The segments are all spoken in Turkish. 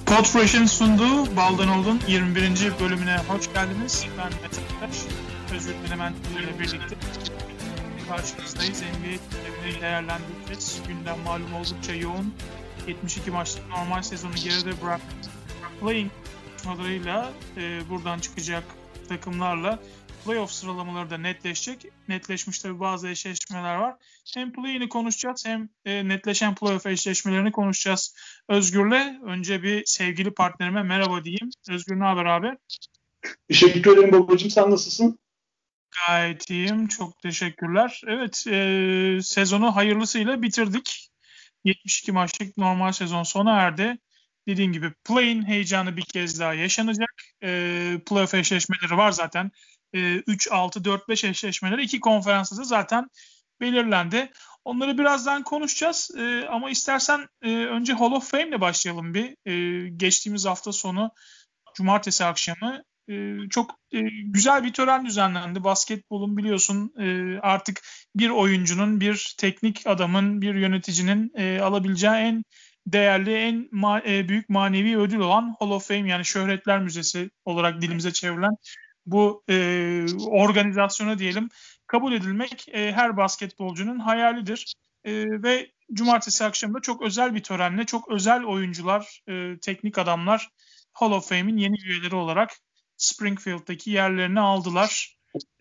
Podfresh'in sunduğu Baldan Old'un 21. bölümüne hoş geldiniz. Ben Mete Aktaş, Özgür Dilemen ile birlikte karşınızdayız. NBA gündemini değerlendireceğiz. Gündem malum oldukça yoğun. 72 maçlık normal sezonu geride bıraktık. Playing çalışmalarıyla buradan çıkacak takımlarla playoff sıralamaları da netleşecek. Netleşmiş tabii bazı eşleşmeler var. Hem play'ini konuşacağız hem netleşen playoff eşleşmelerini konuşacağız Özgür'le. Önce bir sevgili partnerime merhaba diyeyim. Özgür ne haber abi? Teşekkür ederim babacığım. Sen nasılsın? Gayet iyiyim. Çok teşekkürler. Evet, sezonu hayırlısıyla bitirdik. 72 maçlık normal sezon sona erdi. Dediğim gibi play-in heyecanı bir kez daha yaşanacak. Playoff eşleşmeleri var zaten. 3, 6, 4, 5 eşleşmeleri iki konferansta da zaten belirlendi. Onları birazdan konuşacağız. Ama istersen önce Hall of Fame'le başlayalım bir. Geçtiğimiz hafta sonu cumartesi akşamı çok güzel bir tören düzenlendi. Basketbolun biliyorsun artık bir oyuncunun, bir teknik adamın, bir yöneticinin alabileceği en değerli, en büyük manevi ödül olan Hall of Fame, yani Şöhretler Müzesi olarak dilimize çevrilen bu organizasyona diyelim kabul edilmek her basketbolcunun hayalidir. Ve cumartesi akşamı da çok özel bir törenle çok özel oyuncular, teknik adamlar Hall of Fame'in yeni üyeleri olarak Springfield'daki yerlerini aldılar.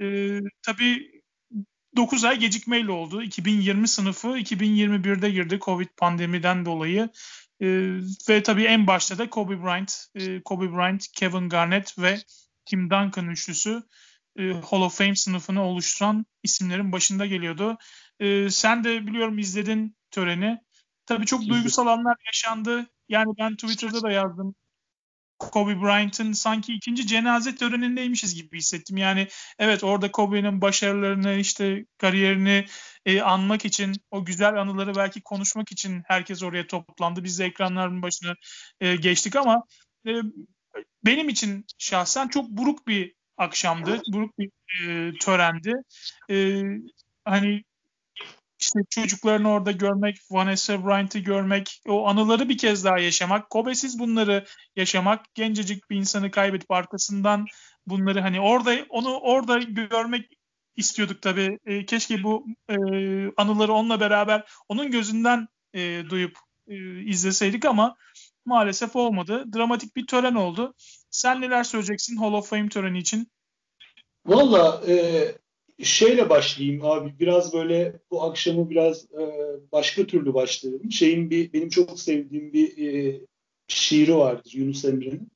Tabii 9 ay gecikmeyle oldu. 2020 sınıfı 2021'de girdi Covid pandemiden dolayı. Ve tabii en başta da Kobe Bryant, Kevin Garnett ve Tim Duncan üçlüsü Hall of Fame sınıfını oluşturan isimlerin başında geliyordu. Sen de biliyorum izledin töreni. Tabii çok duygusal anlar yaşandı. Yani ben Twitter'da da yazdım. Kobe Bryant'ın sanki ikinci cenaze törenindeymişiz gibi hissettim. Yani evet, orada Kobe'nin başarılarını, işte kariyerini anmak için, o güzel anıları belki konuşmak için herkes oraya toplandı. Biz de ekranların başına geçtik ama benim için şahsen çok buruk bir akşamdı. Buruk bir törendi. E, Hani işte çocuklarını orada görmek, Vanessa Bryant'ı görmek, o anıları bir kez daha yaşamak, Kobe'siz bunları yaşamak, gencecik bir insanı kaybedip arkasından bunları hani onu orada görmek istiyorduk tabii. Keşke bu anıları onunla beraber onun gözünden duyup izleseydik ama maalesef olmadı. Dramatik bir tören oldu. Sen neler söyleyeceksin Hall of Fame töreni için? Valla şeyle başlayayım abi. Biraz böyle bu akşamı biraz başka türlü başlayalım. Benim çok sevdiğim bir şiiri vardır Yunus Emre'nin.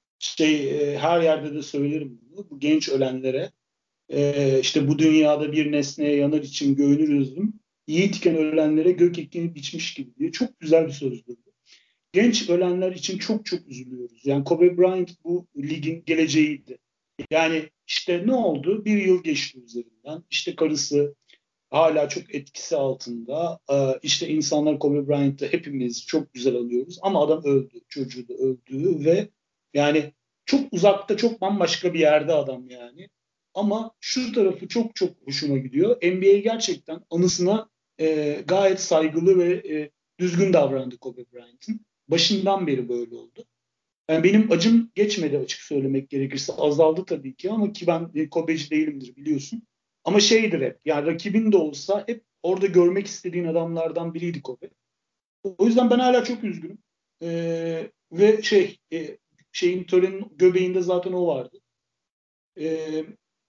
Her yerde de söylerim bunu. Bu genç ölenlere işte bu dünyada bir nesneye yanar için göğünü üzüm. Yiğit iken ölenlere gök ekini biçmiş gibi diye. Çok güzel bir sözdür. Genç ölenler için çok çok üzülüyoruz. Yani Kobe Bryant bu ligin geleceğiydi. Yani işte ne oldu? Bir yıl geçti üzerinden. İşte karısı hala çok etkisi altında. İşte insanlar Kobe Bryant'ı hepimiz çok güzel anıyoruz. Ama adam öldü. Çocuğu da öldü ve yani çok uzakta, çok bambaşka bir yerde adam yani. Ama şu tarafı çok çok hoşuma gidiyor. NBA gerçekten anısına gayet saygılı ve düzgün davrandı Kobe Bryant'ın. Başından beri böyle oldu. Yani benim acım geçmedi açık söylemek gerekirse. Azaldı tabii ki ama ki ben Kobe'ci değilimdir biliyorsun. Ama şeydir hep yani rakibin de olsa hep orada görmek istediğin adamlardan biriydi Kobe. O yüzden ben hala çok üzgünüm. Ve şeyin törenin göbeğinde zaten o vardı. Ee,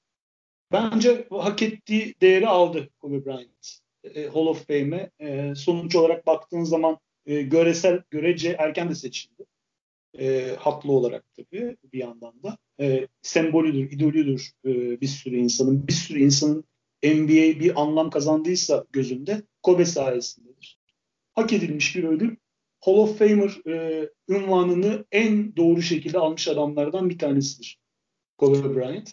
Bence hak ettiği değeri aldı Kobe Bryant. Hall of Fame'e. Sonuç olarak baktığın zaman görece erken de seçildi. Haklı olarak tabii bir yandan da. Sembolüdür, idolüdür bir sürü insanın NBA bir anlam kazandıysa gözünde Kobe sayesindedir. Hak edilmiş bir ödül. Hall of Famer unvanını en doğru şekilde almış adamlardan bir tanesidir Kobe Bryant.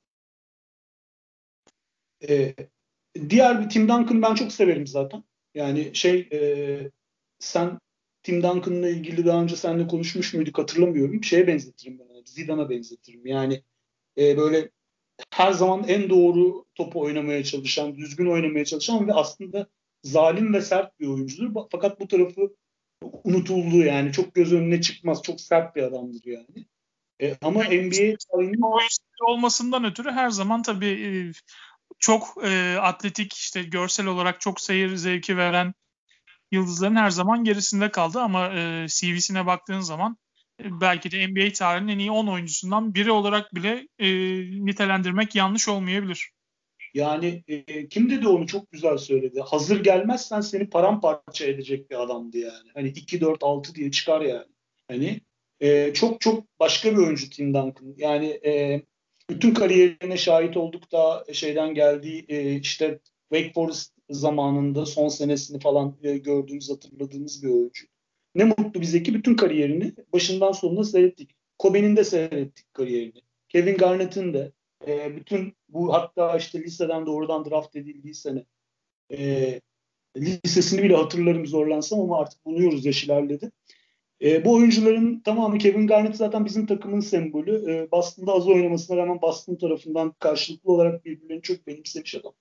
E, Diğer bir Tim Duncan ben çok severim zaten. Yani sen Tim Duncan'la ilgili daha önce seninle konuşmuş muyduk hatırlamıyorum. Şeye benzetirim ben onu. Zidane'a benzetirim. Yani böyle her zaman en doğru topu oynamaya çalışan, düzgün oynamaya çalışan ve aslında zalim ve sert bir oyuncudur. Fakat bu tarafı unutuldu yani. Çok göz önüne çıkmaz. Çok sert bir adamdır yani. Ama NBA tarihinin O olmasından ötürü her zaman tabii çok atletik, işte görsel olarak çok seyir zevki veren yıldızların her zaman gerisinde kaldı ama CV'sine baktığın zaman belki de NBA tarihinin en iyi 10 oyuncusundan biri olarak bile nitelendirmek yanlış olmayabilir. yani kim dedi onu çok güzel söyledi. Hazır gelmezsen seni paramparça edecek bir adamdı yani. Hani 2-4-6 diye çıkar yani. Hani çok çok başka bir oyuncu Tim Duncan. Yani bütün kariyerine şahit olduk da şeyden geldiği işte Wake Forest zamanında son senesini falan gördüğümüz, hatırladığımız bir oyuncu. Ne mutlu bize ki bütün kariyerini başından sonuna seyrettik. Kobe'nin de seyrettik kariyerini. Kevin Garnett'in de. Bütün bu hatta işte liseden doğrudan draft edildiği sene e, lisesini bile hatırlarım zorlansam ama artık buluyoruz, yaş ilerledi. Bu oyuncuların tamamı, Kevin Garnett zaten bizim takımın sembolü. Boston'da az oynamasına rağmen Boston tarafından karşılıklı olarak birbirlerini çok benimsemiş adam.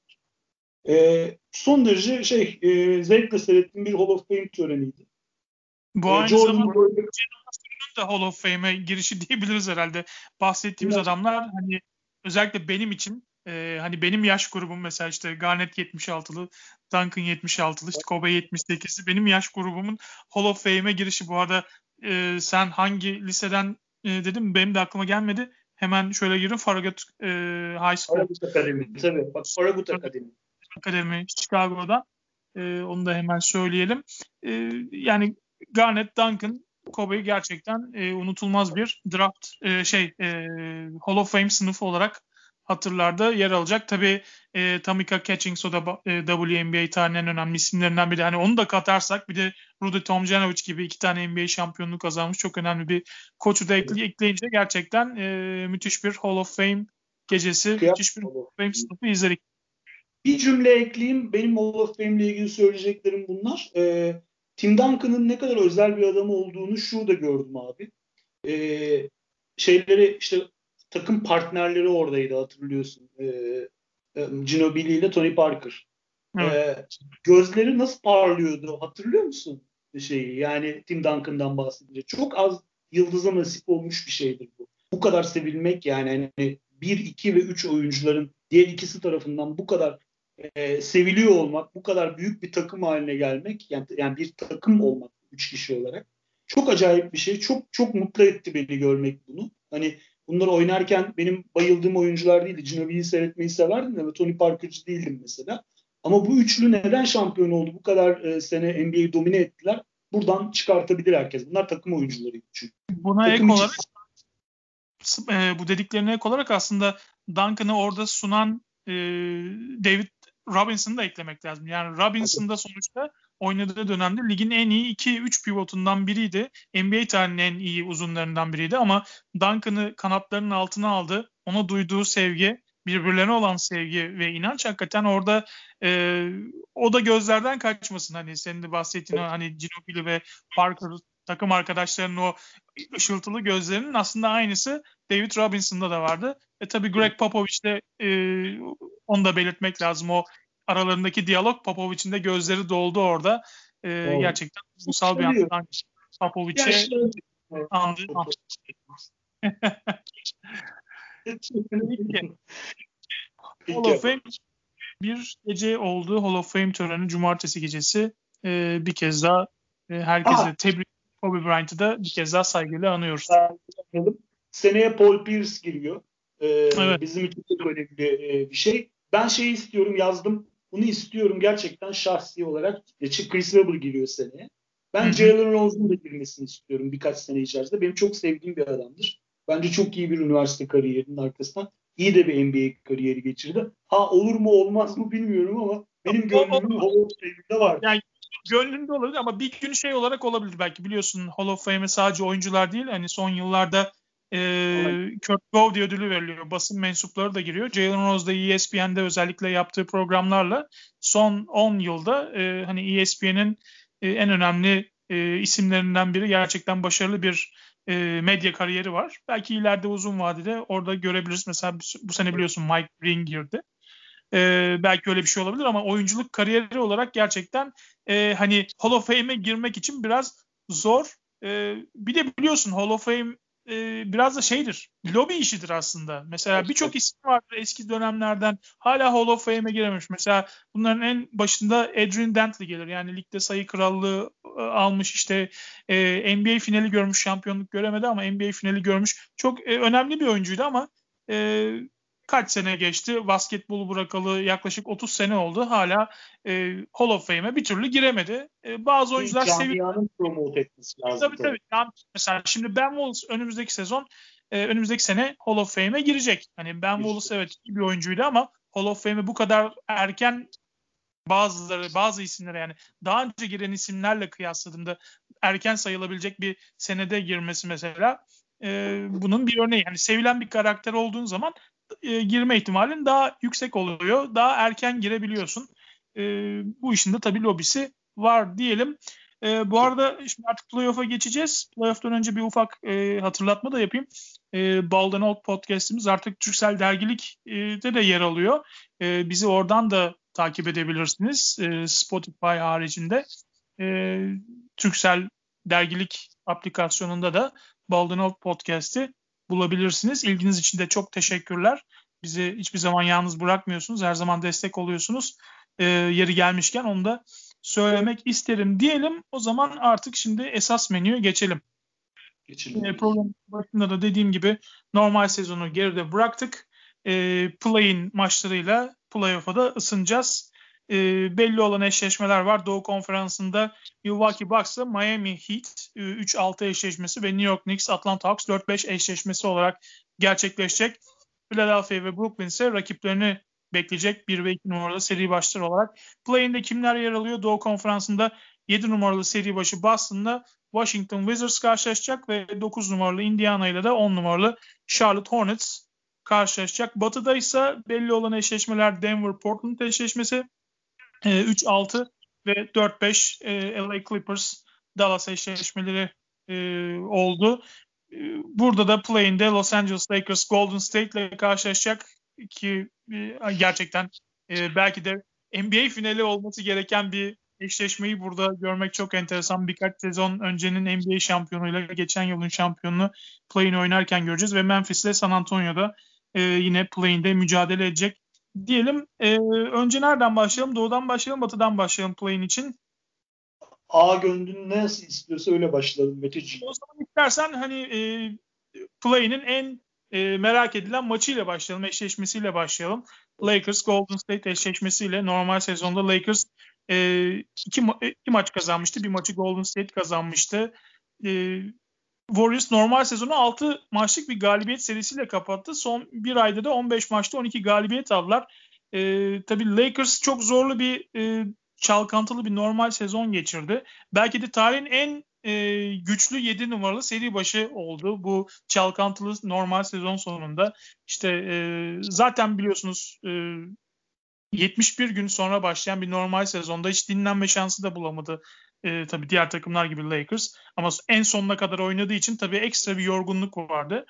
Son derece zevkle seyrettiğim bir Hall of Fame töreniydi. Bu aynı Jordan zamanda da Hall of Fame'e girişi diyebiliriz herhalde. Bahsettiğimiz böyle adamlar hani özellikle benim için hani benim yaş grubum mesela işte Garnett 76'lı, Duncan 76'lı, işte Kobe 78'li benim yaş grubumun Hall of Fame'e girişi. Bu arada sen hangi liseden dedim benim de aklıma gelmedi. Hemen şöyle girdim. Farragut High School. Farragut Akademi. Tabii bak, Farragut Akademi. Akademi Chicago'da. Onu da hemen söyleyelim. Yani Garnett, Duncan, Kobe gerçekten unutulmaz bir draft Hall of Fame sınıfı olarak hatırlarda yer alacak. Tabii Tamika Catchings o da WNBA tarihinin en önemli isimlerinden biri. Hani onu da katarsak bir de Rudy Tomjanovic gibi 2 tane NBA şampiyonluğu kazanmış çok önemli bir koçu da ekleyince gerçekten müthiş bir Hall of Fame gecesi, Kıyak. müthiş bir Hall of Fame sınıfı izledik. Bir cümle ekleyeyim. Benim Hall of Fame ile ilgili söyleyeceklerim bunlar. Tim Duncan'ın ne kadar özel bir adam olduğunu şurada gördüm abi. Şeyleri işte, takım partnerleri oradaydı, hatırlıyorsun. Ginobili ile Tony Parker. Evet. Gözleri nasıl parlıyordu, hatırlıyor musun? Yani Tim Duncan'dan bahsedince. Çok az yıldıza nasip olmuş bir şeydir bu. Bu kadar sevilmek yani hani 1, 2 ve 3 oyuncuların diğer ikisi tarafından bu kadar seviliyor olmak, bu kadar büyük bir takım haline gelmek, yani bir takım olmak 3 kişi olarak çok acayip bir şey. Çok çok mutlu etti beni görmek bunu. Hani bunları oynarken benim bayıldığım oyuncular değildi. Ginobili'yi seyretmeyi severdim ama Tony Parker'cı değildim mesela. Ama bu üçlü neden şampiyon oldu? Bu kadar sene NBA'yi domine ettiler. Buradan çıkartabilir herkes. Bunlar takım oyuncularıydı çünkü. Buna Takım ek için. olarak bu dediklerine ek olarak aslında Duncan'ı orada sunan David Robinson'ı da eklemek lazım. Yani Robinson da sonuçta oynadığı dönemde ligin en iyi 2-3 pivotundan biriydi. NBA tarihinin en iyi uzunlarından biriydi ama Duncan'ı kanatlarının altına aldı. Ona duyduğu sevgi, birbirlerine olan sevgi ve inanç hakikaten orada o da gözlerden kaçmasın. Hani senin de bahsettiğin o hani Ginobili ve Parker takım arkadaşlarının o ışıltılı gözlerinin aslında aynısı David Robinson'da da vardı. Tabii Greg Popovich de onu da belirtmek lazım. O aralarındaki diyalog, Popovich'in de gözleri doldu orada. Gerçekten duygusal bir Yaşlanıyor. andan Popovich'e Yaşlanıyor. andı. Peki. Hall Peki of abi. Fame bir gece oldu. Hall of Fame töreni cumartesi gecesi. Bir kez daha herkese tebrik. Kobe Bryant'ı da bir kez daha saygıyla anıyoruz. Seneye Paul Pierce giriyor. Evet. Bizim için çok önemli bir şey. Ben şeyi istiyorum, yazdım. Bunu istiyorum gerçekten şahsi olarak. Chris Webber giriyor seneye. Ben Jalen Rose'un da girmesini istiyorum birkaç sene içerisinde. Benim çok sevdiğim bir adamdır. Bence çok iyi bir üniversite kariyerinin arkasından iyi de bir NBA kariyeri geçirdi. Ha, olur mu olmaz mı bilmiyorum ama benim gönlümün Hall of Fame'inde var. Yani gönlünde olabilir ama bir gün şey olarak olabilir belki, biliyorsun Hall of Fame'e sadece oyuncular değil, hani son yıllarda Kurt Gowdy ödülü veriliyor. Basın mensupları da giriyor. Jalen Rose da ESPN'de özellikle yaptığı programlarla son 10 yılda hani ESPN'in en önemli isimlerinden biri, gerçekten başarılı bir medya kariyeri var. Belki ileride uzun vadede orada görebiliriz. Mesela bu sene biliyorsun Mike Green girdi. Belki öyle bir şey olabilir ama oyunculuk kariyeri olarak gerçekten hani Hall of Fame'e girmek için biraz zor. Bir de biliyorsun Hall of Fame biraz da şeydir. Lobi işidir aslında. Mesela birçok isim vardır eski dönemlerden hala Hall of Fame'e girememiş. Mesela bunların en başında Adrian Dantley gelir. Yani ligde sayı krallığı almış, işte NBA finali görmüş, şampiyonluk göremedi ama NBA finali görmüş. Çok önemli bir oyuncuydu ama kaç sene geçti? Basketbolu bırakalı yaklaşık 30 sene oldu. Hala Hall of Fame'e bir türlü giremedi. Bazı oyuncular seviyor. Camianın promote etmesi lazım. Tabii. Yani mesela şimdi Ben Wallace önümüzdeki sene Hall of Fame'e girecek. Hani Ben Wallace evet iyi bir oyuncuydu ama Hall of Fame'e bu kadar erken bazı isimlere, yani daha önce giren isimlerle kıyasladığımda erken sayılabilecek bir senede girmesi mesela bunun bir örneği. Yani sevilen bir karakter olduğun zaman girme ihtimalin daha yüksek oluyor. Daha erken girebiliyorsun. Bu işin de tabii lobisi var diyelim. Bu arada şimdi artık playoff'a geçeceğiz. Playoff'tan önce bir ufak hatırlatma da yapayım. Bald and Old podcast'imiz artık Türksel Dergilik'te de yer alıyor. Bizi oradan da takip edebilirsiniz. Spotify haricinde. Türksel Dergilik aplikasyonunda da Bald and Old podcast'i bulabilirsiniz. İlginiz için de çok teşekkürler. Bizi hiçbir zaman yalnız bırakmıyorsunuz. Her zaman destek oluyorsunuz. Yeri gelmişken onu da söylemek isterim diyelim. O zaman artık şimdi esas menüye geçelim. Programın başında da dediğim gibi normal sezonu geride bıraktık. Play-in maçlarıyla playoff'a da ısınacağız. Belli olan eşleşmeler var. Doğu Konferansı'nda Milwaukee Bucks'la Miami Heat 3-6 eşleşmesi ve New York Knicks Atlanta Hawks 4-5 eşleşmesi olarak gerçekleşecek. Philadelphia ve Brooklyn ise rakiplerini bekleyecek 1 ve 2 numaralı seri başları olarak. Play-in'de kimler yer alıyor? Doğu Konferansı'nda 7 numaralı seri başı Boston'da Washington Wizards karşılaşacak ve 9 numaralı Indiana ile de 10 numaralı Charlotte Hornets karşılaşacak. Batı'da ise belli olan eşleşmeler Denver-Portland eşleşmesi 3-6 ve 4-5 LA Clippers Dallas eşleşmeleri oldu. Burada da play-in'de Los Angeles Lakers Golden State ile karşılaşacak ki gerçekten belki de NBA finali olması gereken bir eşleşmeyi burada görmek çok enteresan. Birkaç sezon öncenin NBA şampiyonuyla geçen yılın şampiyonunu play-in oynarken göreceğiz ve Memphis ile San Antonio'da yine play-in'de mücadele edecek diyelim. Önce nereden başlayalım? Doğudan başlayalım, batıdan başlayalım play-in için. A gönlün nasıl istiyorsa öyle başlayalım Meteciğim. O zaman istersen hani play-in'in en merak edilen maçıyla başlayalım, eşleşmesiyle başlayalım. Lakers Golden State eşleşmesiyle normal sezonda Lakers iki maç kazanmıştı. Bir maçı Golden State kazanmıştı. Warriors normal sezonu 6 maçlık bir galibiyet serisiyle kapattı. Son bir ayda da 15 maçta 12 galibiyet aldılar. Tabii Lakers çok zorlu bir çalkantılı bir normal sezon geçirdi. Belki de tarihin en güçlü 7 numaralı seri başı oldu bu çalkantılı normal sezon sonunda. İşte zaten biliyorsunuz 71 gün sonra başlayan bir normal sezonda hiç dinlenme şansı da bulamadı. Tabii diğer takımlar gibi Lakers. Ama en sonuna kadar oynadığı için tabii ekstra bir yorgunluk vardı.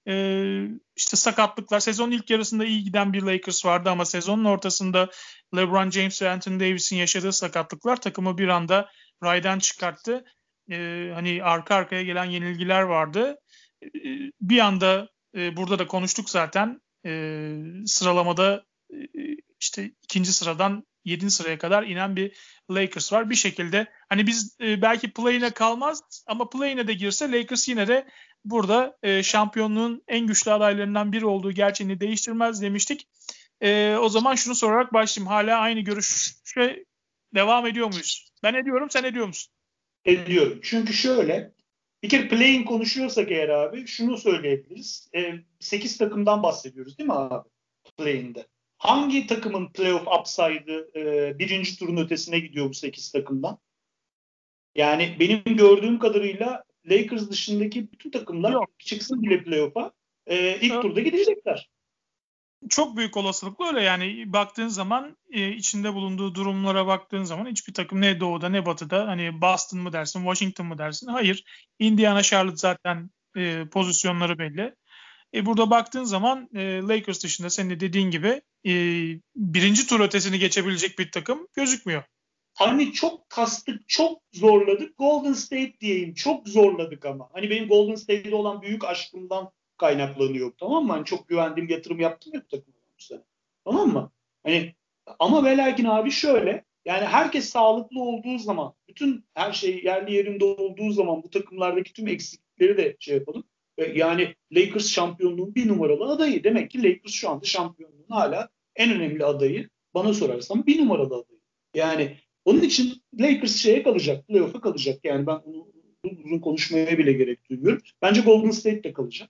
İşte sakatlıklar. Sezonun ilk yarısında iyi giden bir Lakers vardı ama sezonun ortasında LeBron James ve Anthony Davis'in yaşadığı sakatlıklar takımı bir anda raydan çıkarttı. Hani arka arkaya gelen yenilgiler vardı. Bir anda burada da konuştuk zaten. Sıralamada işte ikinci sıradan 7. sıraya kadar inen bir Lakers var. Bir şekilde hani biz belki play-in'e kalmaz ama play-in'e de girse Lakers yine de burada şampiyonluğun en güçlü adaylarından biri olduğu gerçeğini değiştirmez demiştik. O zaman şunu sorarak başlayayım. Hala aynı görüşe devam ediyor muyuz? Ben ediyorum, sen ediyor musun? Ediyorum. Çünkü şöyle, bir kere play-in konuşuyorsak eğer abi şunu söyleyebiliriz. 8 takımdan bahsediyoruz değil mi abi play-in'de? Hangi takımın playoff upside'ı birinci turun ötesine gidiyor bu 8 takımdan? Yani benim gördüğüm kadarıyla Lakers dışındaki bütün takımlar çıksın bile playoff'a ilk turda gidecekler. Çok büyük olasılıkla öyle yani baktığın zaman içinde bulunduğu durumlara baktığın zaman hiçbir takım ne doğuda ne batıda hani Boston mı dersin Washington mı dersin? Hayır. Indiana Charlotte zaten pozisyonları belli. Burada baktığın zaman Lakers dışında senin de dediğin gibi birinci tur ötesini geçebilecek bir takım gözükmüyor. hani çok kastık, çok zorladık. Golden State diyeyim. Çok zorladık ama. Hani benim Golden State'de olan büyük aşkımdan kaynaklanıyor. Tamam mı? Hani çok güvendiğim, yatırım yaptım ya bu takıma bu sene. Tamam mı? Hani ama ve lakin abi şöyle, yani herkes sağlıklı olduğu zaman, bütün her şey yerli yerinde olduğu zaman bu takımlardaki tüm eksiklikleri de şey yapalım. Yani Lakers şampiyonluğun bir numaralı adayı. Demek ki Lakers şu anda şampiyonluğun hala en önemli adayı. Bana sorarsan bir numaralı adayı. Yani onun için Lakers şeye kalacak, playoff'a kalacak. Yani ben onu uzun konuşmaya bile gerek duymuyorum. Bence Golden State de kalacak.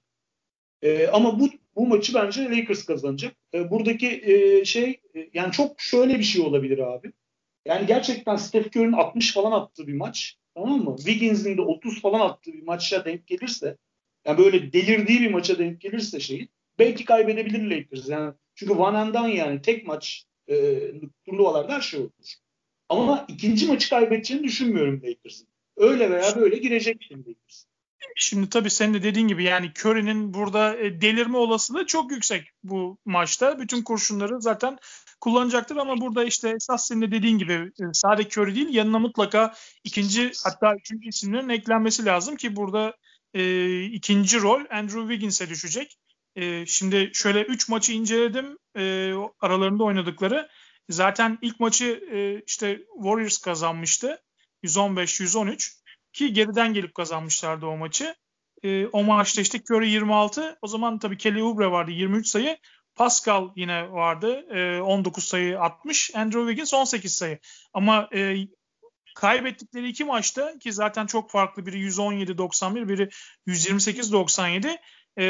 Ama bu maçı bence Lakers kazanacak. Buradaki yani çok şöyle bir şey olabilir abi. Yani gerçekten Steph Curry'nin 60 falan attığı bir maç, tamam mı? Wiggins'in de 30 falan attığı bir maça denk gelirse, yani böyle delirdiği bir maça denk gelirse belki kaybedebilir Lakers. Yani çünkü one and done, yani tek maç turnuvalarda her şey olur. Ama ikinci maçı kaybedeceğini düşünmüyorum Lakers'ın. Öyle veya böyle girecek Lakers. Şimdi tabii senin de dediğin gibi yani Curry'nin burada delirme olasılığı çok yüksek bu maçta. Bütün kurşunları zaten kullanacaktır ama burada işte esas senin de dediğin gibi sadece Curry değil, yanına mutlaka ikinci hatta üçüncü isimlerin eklenmesi lazım ki burada ikinci rol Andrew Wiggins'e düşecek. Şimdi şöyle 3 maçı inceledim, aralarında oynadıkları. Zaten ilk maçı işte Warriors kazanmıştı 115-113. Ki geriden gelip kazanmışlardı o maçı. O maçta işte Curry 26. O zaman tabii Kelly Oubre vardı 23 sayı. Pascal yine vardı 19 sayı atmış. Andrew Wiggins 18 sayı. Ama kaybettikleri iki maçta ki zaten çok farklı, biri 117-91, biri 128-97.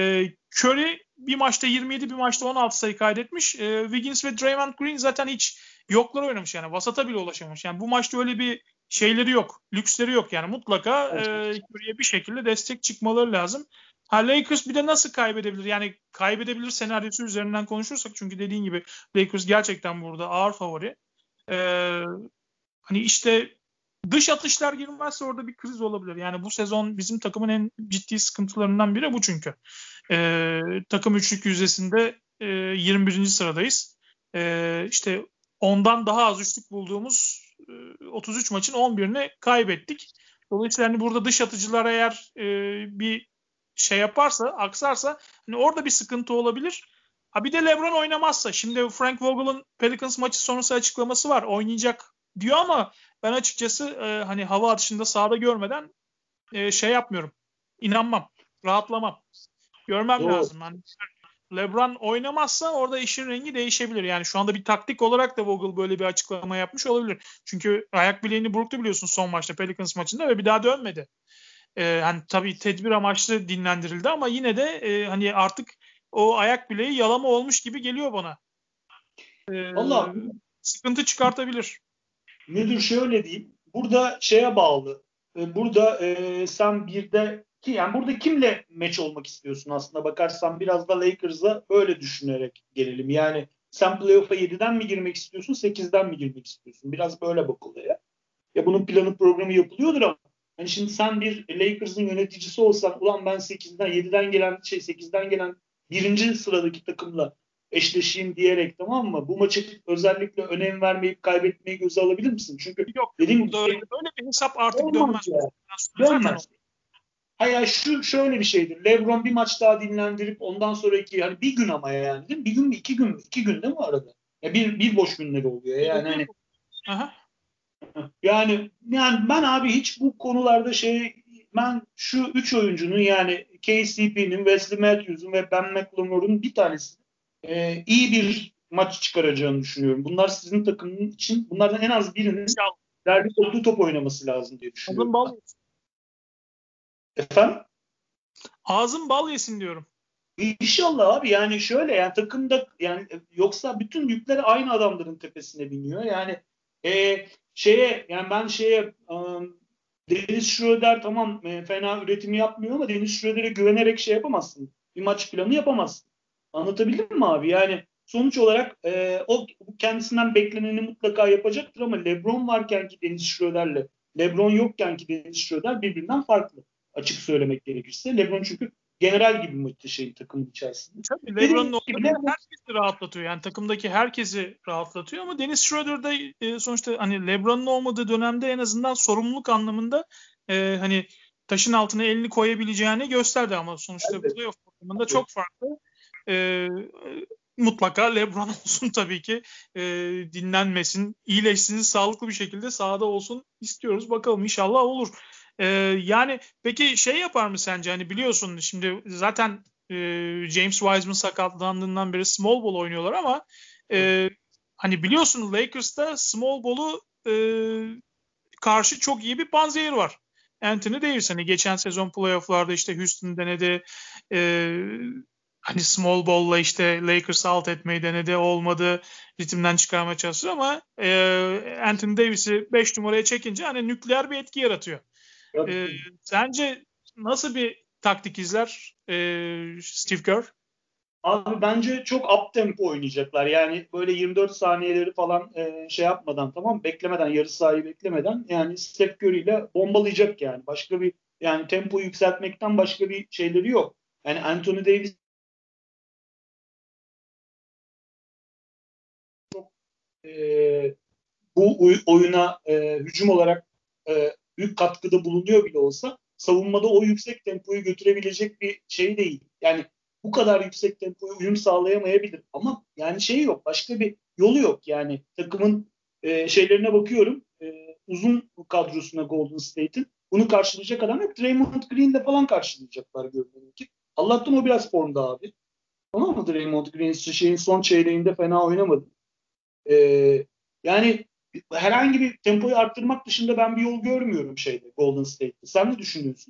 Curry bir maçta 27, bir maçta 16 sayı kaydetmiş. Wiggins ve Draymond Green zaten hiç yoklar oynamış, yani vasata bile ulaşamamış. Yani bu maçta öyle bir şeyleri yok, lüksleri yok. Yani mutlaka Curry'e bir şekilde destek çıkmaları lazım. Lakers bir de nasıl kaybedebilir? Yani kaybedebilir senaryosu üzerinden konuşursak, çünkü dediğin gibi Lakers gerçekten burada ağır favori. Hani işte dış atışlar girmezse orada bir kriz olabilir. Yani bu sezon bizim takımın en ciddi sıkıntılarından biri bu çünkü. Takım üçlük yüzdesinde 21. sıradayız. İşte ondan daha az üçlük bulduğumuz 33 maçın 11'ini kaybettik. Dolayısıyla hani burada dış atıcılar eğer bir şey yaparsa, aksarsa hani orada bir sıkıntı olabilir. Ha bir de LeBron oynamazsa. Şimdi Frank Vogel'ın Pelicans maçı sonrası açıklaması var. Oynayacak diyor ama ben açıkçası hani hava atışında sahada görmeden şey yapmıyorum. İnanmam. Rahatlamam. Görmem Doğru. lazım. Yani LeBron oynamazsa orada işin rengi değişebilir. Yani şu anda bir taktik olarak da Vogel böyle bir açıklama yapmış olabilir. Çünkü ayak bileğini burktu biliyorsun son maçta, Pelicans maçında, ve bir daha dönmedi. Hani tabii tedbir amaçlı dinlendirildi ama yine de hani artık o ayak bileği yalama olmuş gibi geliyor bana. Valla Sıkıntı çıkartabilir. müdür şöyle diyeyim. Burada şeye bağlı. Burada sen birde ki, yani burada kimle meç olmak istiyorsun aslında bakarsan, biraz da Lakers'a öyle düşünerek gelelim. Yani sen playoff'a 7'den mi girmek istiyorsun, 8'den mi girmek istiyorsun? Biraz böyle bak olaya. Ya bunun planı programı yapılıyordur ama hani şimdi sen bir Lakers'ın yöneticisi olsan, ulan ben 8'den gelen birinci sıradaki takımla eşleşeyim diyerek, tamam mı? Bu maçı özellikle önem vermeyip kaybetmeyi göze alabilir misin? Çünkü Yok, dediğim burada öyle, gibi öyle bir hesap artık olmaz dönmez. ya. Zaten o. Dönmez. Hayır, şu şöyle bir şeydir. LeBron bir maç daha dinlendirip ondan sonraki, hani bir gün ama yani değil mi? Bir gün mü, 2 gün mü? 2 gün değil mi arada? Ya bir boş günleri oluyor. Yani hani Aha. yani ben abi hiç bu konularda ben şu üç oyuncunun, yani KCP'nin, Wesley Matthews'un ve Ben McLemore'un bir tanesi iyi bir maç çıkaracağını düşünüyorum. Bunlar sizin takımın için, bunlardan en az birinin derbi toplu top oynaması lazım diye Ağzın düşünüyorum bal ben. yesin. Efendim? Ağzın bal yesin diyorum. İnşallah abi, yani şöyle, yani takımda, yani yoksa bütün yükleri aynı adamların tepesine biniyor. Yani yani ben Dennis Schroeder tamam, fena üretimi yapmıyor ama Dennis Schroeder'e güvenerek şey yapamazsın. Bir maç planı yapamazsın. Anlatabildim mi abi? Yani sonuç olarak o kendisinden bekleneni mutlaka yapacaktır ama LeBron varken ki Dennis Schroeder'le LeBron yokken ki Dennis Schroeder birbirinden farklı. Açık söylemek gerekirse. LeBron çünkü general gibi mi takımın içerisinde. Tabii LeBron'un olmadığı herkesi rahatlatıyor. Yani takımdaki herkesi rahatlatıyor ama Dennis Schroeder da sonuçta hani LeBron'un olmadığı dönemde en azından sorumluluk anlamında hani taşın altına elini koyabileceğini gösterdi ama sonuçta playoff ortamında çok farklı. Mutlaka LeBron olsun tabii ki. Dinlenmesin, iyileşsin, sağlıklı bir şekilde sahada olsun istiyoruz. Bakalım inşallah olur. Yani peki şey yapar mı sence? Hani biliyorsun şimdi zaten James Wiseman sakatlandığından beri small ball oynuyorlar ama hani biliyorsun Lakers'ta small ball'u karşı çok iyi bir panzehir var. Anthony Davis hani geçen sezon playoff'larda işte Houston denedi. Hani small ball'la işte Lakers'ı alt etmeyi denedi. Olmadı. Ritimden çıkarmaya çalışıyor ama Anthony Davis'i 5 numaraya çekince hani nükleer bir etki yaratıyor. Sence nasıl bir taktik izler Steve Kerr? Abi bence çok up tempo oynayacaklar. Yani böyle 24 saniyeleri falan şey yapmadan, tamam, beklemeden, yarı sahayı beklemeden yani Steph Curry ile bombalayacak yani. Başka bir, yani tempoyu yükseltmekten başka bir şeyleri yok. Yani Anthony Davis bu oyuna hücum olarak büyük katkıda bulunuyor bile olsa savunmada o yüksek tempoyu götürebilecek bir şey değil. Yani bu kadar yüksek tempoya uyum sağlayamayabilir. Ama yani şey yok, başka bir yolu yok. Yani takımın şeylerine bakıyorum. Uzun kadrosuna Golden State'in. Bunu karşılayacak adam yok. Draymond Green'le falan karşılayacaklar görünen ki. Allah'tan o biraz formda abi. Tamam mı? Draymond Green şeyin son çeyreğinde fena oynamadı. Yani herhangi bir tempoyu arttırmak dışında ben bir yol görmüyorum Golden State'te. Sen ne düşünüyorsun?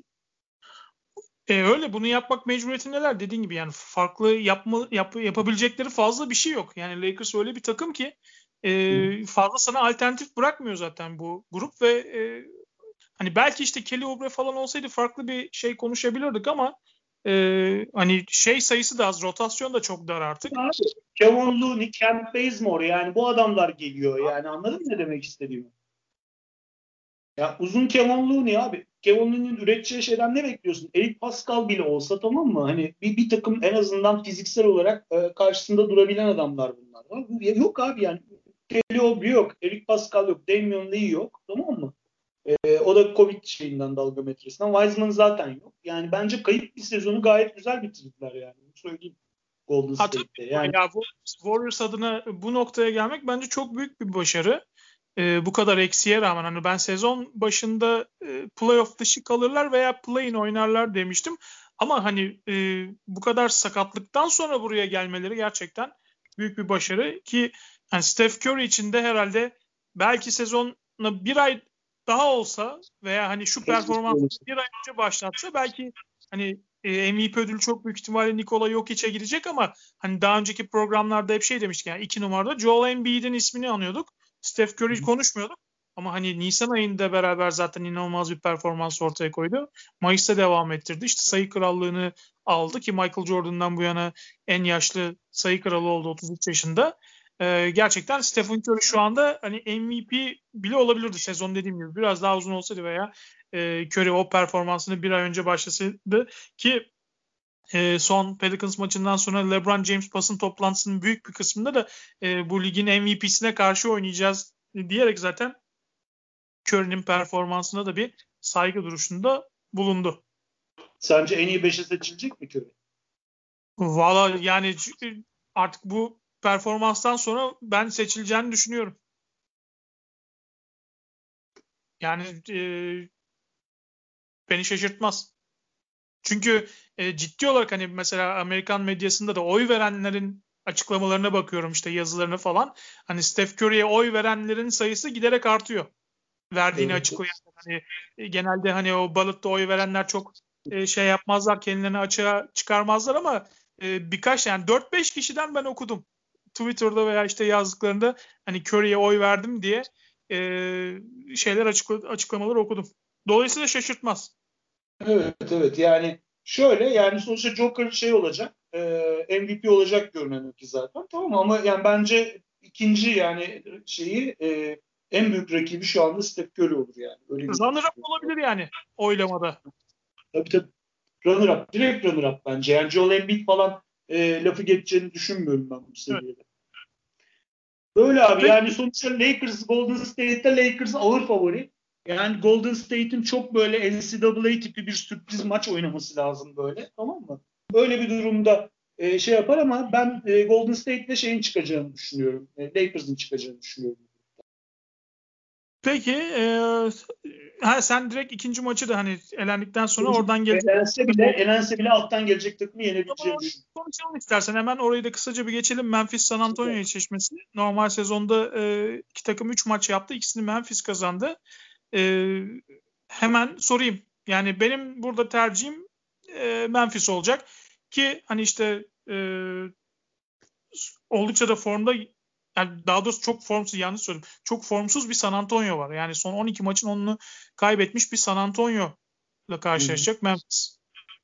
Öyle bunu yapmak mecburiyetindeler dediğin gibi yani farklı yapabilecekleri fazla bir şey yok. Yani Lakers öyle bir takım ki fazla sana alternatif bırakmıyor zaten bu grup ve hani belki işte Kelly Oubre falan olsaydı farklı bir şey konuşabilirdik ama hani şey sayısı da az, rotasyon da çok dar artık. Abi, Kevin Looney, Kent Bazemore, yani bu adamlar geliyor, yani anladın mı ne demek istediğimi? Ya uzun Kevin Looney abi. Kevin Looney'nin üreteceği şeyden ne bekliyorsun? Eric Pascal bile olsa, tamam mı? Hani bir takım en azından fiziksel olarak karşısında durabilen adamlar bunlar. Yok abi yani. Kelly Oubre yok. Eric Pascal yok. Damian Lee yok. Tamam mı? O da Covid şeyinden, dalga metresinden. Wiseman zaten yok. Yani bence kayıp bir sezonu gayet güzel bitirdiler yani. Bunu söyleyeyim Golden State'te. Yani Ya bu Warriors adına bu noktaya gelmek bence çok büyük bir başarı. Bu kadar eksiğe rağmen hani ben sezon başında playoff dışı kalırlar veya play-in oynarlar demiştim. Ama hani bu kadar sakatlıktan sonra buraya gelmeleri gerçekten büyük bir başarı ki hani Steph Curry için de herhalde belki sezonla bir ay daha olsa veya hani şu performansı bir ay önce başlatsa belki hani MVP ödülü çok büyük ihtimalle Nikola Jokic'e gidecek ama hani daha önceki programlarda hep şey demiştik yani 2 numarada Joel Embiid'in ismini anıyorduk. Steph Curry konuşmuyorduk. Ama hani Nisan ayında beraber zaten inanılmaz bir performans ortaya koydu. Mayıs'ta devam ettirdi. İşte sayı krallığını aldı ki Michael Jordan'dan bu yana en yaşlı sayı kralı oldu 33 yaşında. Gerçekten Stephen Curry şu anda hani MVP bile olabilirdi sezon dediğim gibi. Biraz daha uzun olsaydı veya Curry o performansını bir ay önce başlasaydı ki son Pelicans maçından sonra LeBron James basın toplantısının büyük bir kısmında da bu ligin MVP'sine karşı oynayacağız diyerek zaten Curry'nin performansına da bir saygı duruşunda bulundu. Sence en iyi 5'e seçilecek mi Curry? Valla yani artık bu performanstan sonra ben seçileceğini düşünüyorum. Yani beni şaşırtmaz. Çünkü ciddi olarak hani mesela Amerikan medyasında da oy verenlerin açıklamalarına bakıyorum işte yazılarını falan. Hani Steph Curry'e oy verenlerin sayısı giderek artıyor. Verdiğini Evet. açıklayan. Hani genelde hani o ballot'ta oy verenler çok şey yapmazlar, kendilerini açığa çıkarmazlar ama birkaç yani 4-5 kişiden ben okudum. Twitter'da veya işte yazdıklarında hani Curry'e oy verdim diye şeyler açıklamalar okudum. Dolayısıyla şaşırtmaz. Evet, yani şöyle, yani sonuçta Joker şey olacak, MVP olacak görünen ki zaten, tamam mı? Ama yani bence ikinci yani en büyük rakibi şu anda Steph Curry olur yani. Öyle Runner-up gözüküyor. olabilir yani oylamada. Tabii. Runner-up. Direkt runner-up bence. Yani Joel Embiid falan lafı geçeceğini düşünmüyorum ben bu Evet. seviyede. Böyle abi Peki, yani sonuçta Lakers, Golden State'te Lakers ağır favori. Yani Golden State'in çok böyle NCAA tipi bir sürpriz maç oynaması lazım böyle. Tamam mı? Öyle bir durumda şey yapar ama ben Golden State'le şeyin çıkacağını düşünüyorum. Lakers'ın çıkacağını düşünüyorum. peki, sen direkt ikinci maçı da hani elendikten sonra İkinci, oradan gelecek. elense bile alttan gelecek takımı O zaman yenebileceğini orayı düşünüyorum. konuşalım istersen. Hemen orayı da kısaca bir geçelim. Memphis San Antonio eşleşmesi. Normal sezonda iki takım 3 maç yaptı. İkisini Memphis kazandı. E, Hemen sorayım. Yani benim burada tercihim Memphis olacak. Ki hani işte oldukça da formda, yani daha doğrusu çok formsuz, yanlış söyledim. Çok formsuz bir San Antonio var. Yani son 12 maçın 10'unu kaybetmiş bir San Antonio ile Hı hı. karşılaşacak Memphis.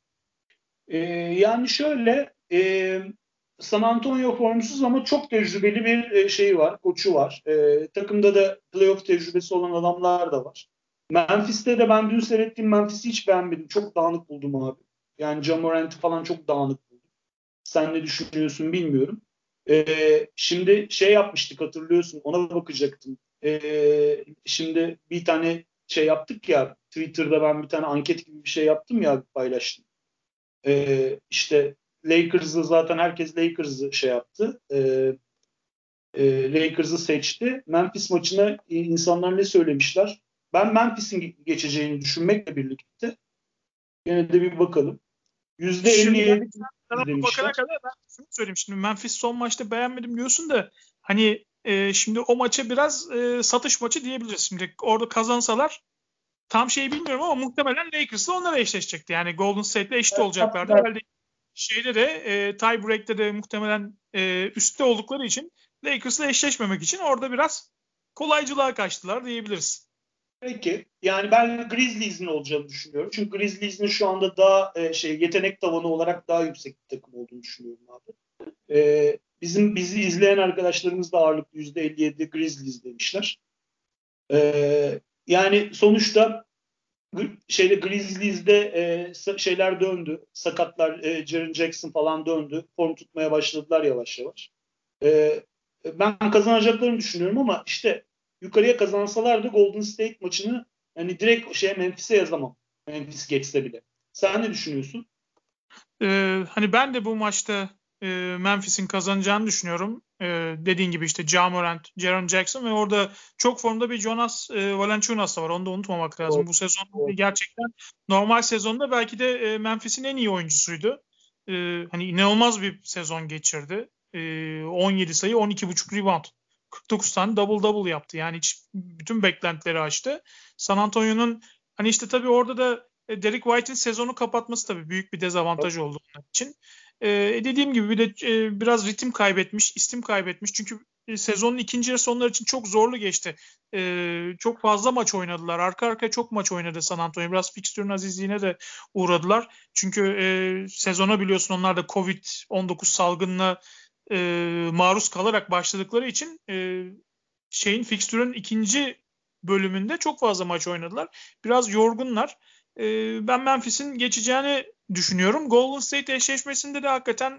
Yani şöyle San Antonio formsuz ama çok tecrübeli bir şeyi var, koçu var. Takımda da playoff tecrübesi olan adamlar da var. Memphis'te de ben dün seyrettiğim Memphis'i hiç beğenmedim. Çok dağınık buldum abi. Yani Ja Morant'i falan çok dağınık buldum. Sen ne düşünüyorsun bilmiyorum. Şimdi şey yapmıştık hatırlıyorsun ona bakacaktım. Şimdi bir tane şey yaptık ya Twitter'da ben bir tane anket gibi bir şey yaptım ya paylaştım. İşte Lakers'ı zaten herkes Lakers'ı şey yaptı. Lakers'ı seçti. Memphis maçına insanlar ne söylemişler? Ben Memphis'in geçeceğini düşünmekle birlikte yine de bir bakalım. Şimdi %57 sen ona bakana demişler. kadar ben şunu söyleyeyim. Şimdi Memphis son maçta beğenmedim diyorsun da hani şimdi o maça biraz satış maçı diyebiliriz. Şimdi orada kazansalar tam şeyi bilmiyorum ama muhtemelen Lakers'la onlar eşleşecekti. Yani Golden State'le eşit olacaklardı. Herhalde şeyde de tie break'te de muhtemelen üstte oldukları için Lakers'la eşleşmemek için orada biraz kolaycılığa kaçtılar diyebiliriz. Peki. Yani ben Grizzlies'in olacağını düşünüyorum. Çünkü Grizzlies'in şu anda daha şey yetenek tavanı olarak daha yüksek bir takım olduğunu düşünüyorum abi. Bizi izleyen arkadaşlarımız da ağırlıklı %57 Grizzlies demişler. Yani sonuçta şeyde Grizzlies'de şeyler döndü. Sakatlar, Jaren Jackson falan döndü. Form tutmaya başladılar yavaş yavaş. Ben kazanacaklarını düşünüyorum ama işte yukarıya kazansalar da Golden State maçını hani direkt Memphis'e yazamam. Memphis geçse bile. Sen ne düşünüyorsun? Hani ben de bu maçta Memphis'in kazanacağını düşünüyorum. Dediğin gibi işte Ja Morant, Jaren Jackson ve orada çok formda bir Jonas Valanciunas da var. Onu da unutmamak Doğru, lazım. Bu sezon doğru. gerçekten normal sezonda belki de Memphis'in en iyi oyuncusuydu. Hani inanılmaz bir sezon geçirdi. 17 sayı, 12,5 rebound. 49 tane double double yaptı. Yani bütün beklentileri aştı. San Antonio'nun hani işte tabii orada da Derek White'in sezonu kapatması tabii büyük bir dezavantaj oldu onun için. Dediğim gibi bir de biraz ritim kaybetmiş, istim kaybetmiş. Çünkü sezonun ikinci yarısı onlar için çok zorlu geçti. Çok fazla maç oynadılar. Arka arkaya çok maç oynadı San Antonio. Biraz fikstürün azizliğine de uğradılar. Çünkü sezona biliyorsun onlar da Covid-19 salgınına maruz kalarak başladıkları için fikstürün ikinci bölümünde çok fazla maç oynadılar. Biraz yorgunlar. Ben Memphis'in geçeceğini düşünüyorum. Golden State eşleşmesinde de hakikaten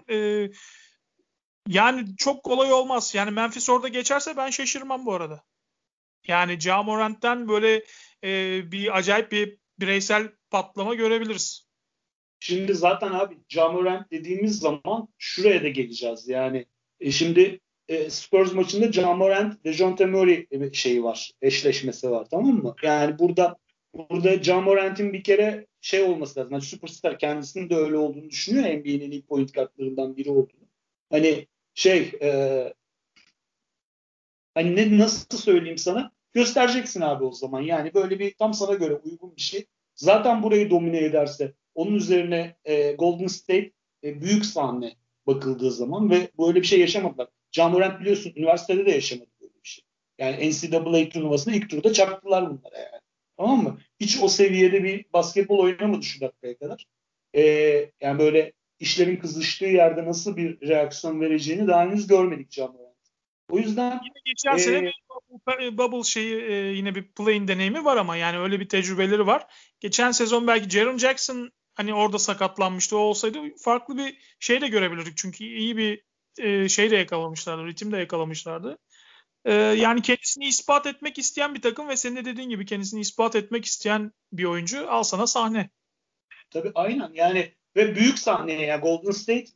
yani çok kolay olmaz. Yani Memphis orada geçerse ben şaşırmam bu arada. Yani Ja Morant'ten böyle bir acayip bir bireysel patlama görebiliriz. Şimdi zaten abi Ja Morant dediğimiz zaman şuraya da geleceğiz. Yani şimdi Spurs maçında Ja Morant, DeJounte Murray şeyi var. Eşleşmesi var tamam mı? Yani burada Ja Morant'in bir kere şey olması lazım. Yani süperstar kendisinin de öyle olduğunu düşünüyor. NBA'nin en iyi point guardlarından biri olduğunu. Hani şey hani nasıl söyleyeyim sana? Göstereceksin abi o zaman. Yani böyle bir tam sana göre uygun bir şey. Zaten burayı domine ederse onun üzerine Golden State büyük sahne bakıldığı zaman ve böyle bir şey yaşamadılar. Ja Morant biliyorsun üniversitede de yaşamadı böyle bir şey. Yani NCAA turnuvasında ilk turda çarptılar bunlara yani. Tamam mı? Hiç o seviyede bir basketbol oynamadı şu dakikaya kadar. E, Yani böyle işlerin kızıştığı yerde nasıl bir reaksiyon vereceğini daha henüz görmedik Ja Morant. O yüzden Yine geçen sene e, bir bubble şeyi yine bir play-in deneyimi var ama yani öyle bir tecrübeleri var. Geçen sezon belki Jaren Jackson hani orada sakatlanmıştı. O olsaydı farklı bir şey de görebilirdik. Çünkü iyi bir şey de yakalamışlardı. Ritim de yakalamışlardı. Yani kendisini ispat etmek isteyen bir takım ve senin de dediğin gibi kendisini ispat etmek isteyen bir oyuncu. Al sana sahne. Tabii aynen yani ve büyük sahneye ya Golden State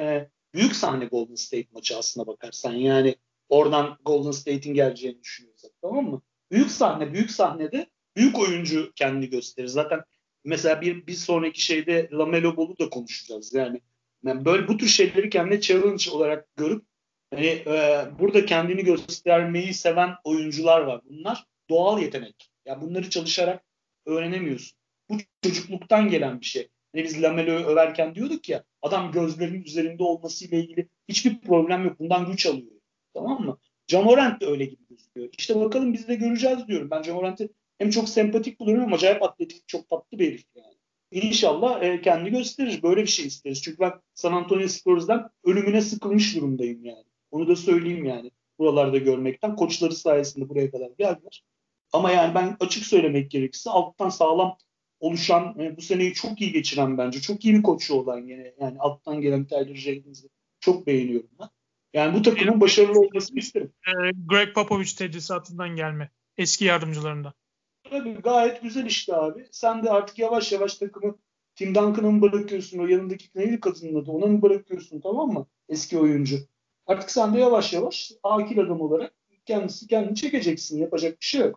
büyük sahne Golden State maçı aslına bakarsan yani oradan Golden State'in geleceğini düşünüyorsak tamam mı? Büyük sahnede büyük oyuncu kendini gösterir. Zaten mesela bir sonraki şeyde LaMelo Ball'u da konuşacağız yani böyle bu tür şeyleri kendine challenge olarak görüp hani burada kendini göstermeyi seven oyuncular var. Bunlar doğal yetenek. Ya bunları çalışarak öğrenemiyorsun. Bu çocukluktan gelen bir şey. Hani biz Lamelo'yu överken diyorduk ya adam gözlerinin üzerinde olmasıyla ilgili hiçbir problem yok. Bundan güç alıyor. Tamam mı? Ja Morant de öyle gibi gözüküyor. İşte bakalım biz de göreceğiz diyorum. Ben Ja Morant'i hem çok sempatik buluyorum ama acayip atletik, çok tatlı bir herif yani. İnşallah kendini gösterir. Böyle bir şey isteriz. Çünkü ben San Antonio Spurs'dan ölümüne sıkılmış durumdayım yani. Onu da söyleyeyim yani. Buralarda görmekten. Koçları sayesinde buraya kadar geldiler. Ama yani ben açık söylemek gerekirse alttan sağlam oluşan, bu seneyi çok iyi geçiren bence. Çok iyi bir koçu olan yine. Yani alttan gelen Tyler Jenk'ins'i çok beğeniyorum ben. Yani bu takımın başarılı olmasını isterim. Greg Popovich tedrisatından gelme. Eski yardımcılarından. Tabii gayet güzel işte abi. Sen de artık yavaş yavaş takımı Tim Duncan'a mı bırakıyorsun? O yanındaki neydi kadının adı? Ona mı bırakıyorsun tamam mı? Eski oyuncu. Artık sen de yavaş yavaş akil adam olarak kendini çekeceksin. Yapacak bir şey yok.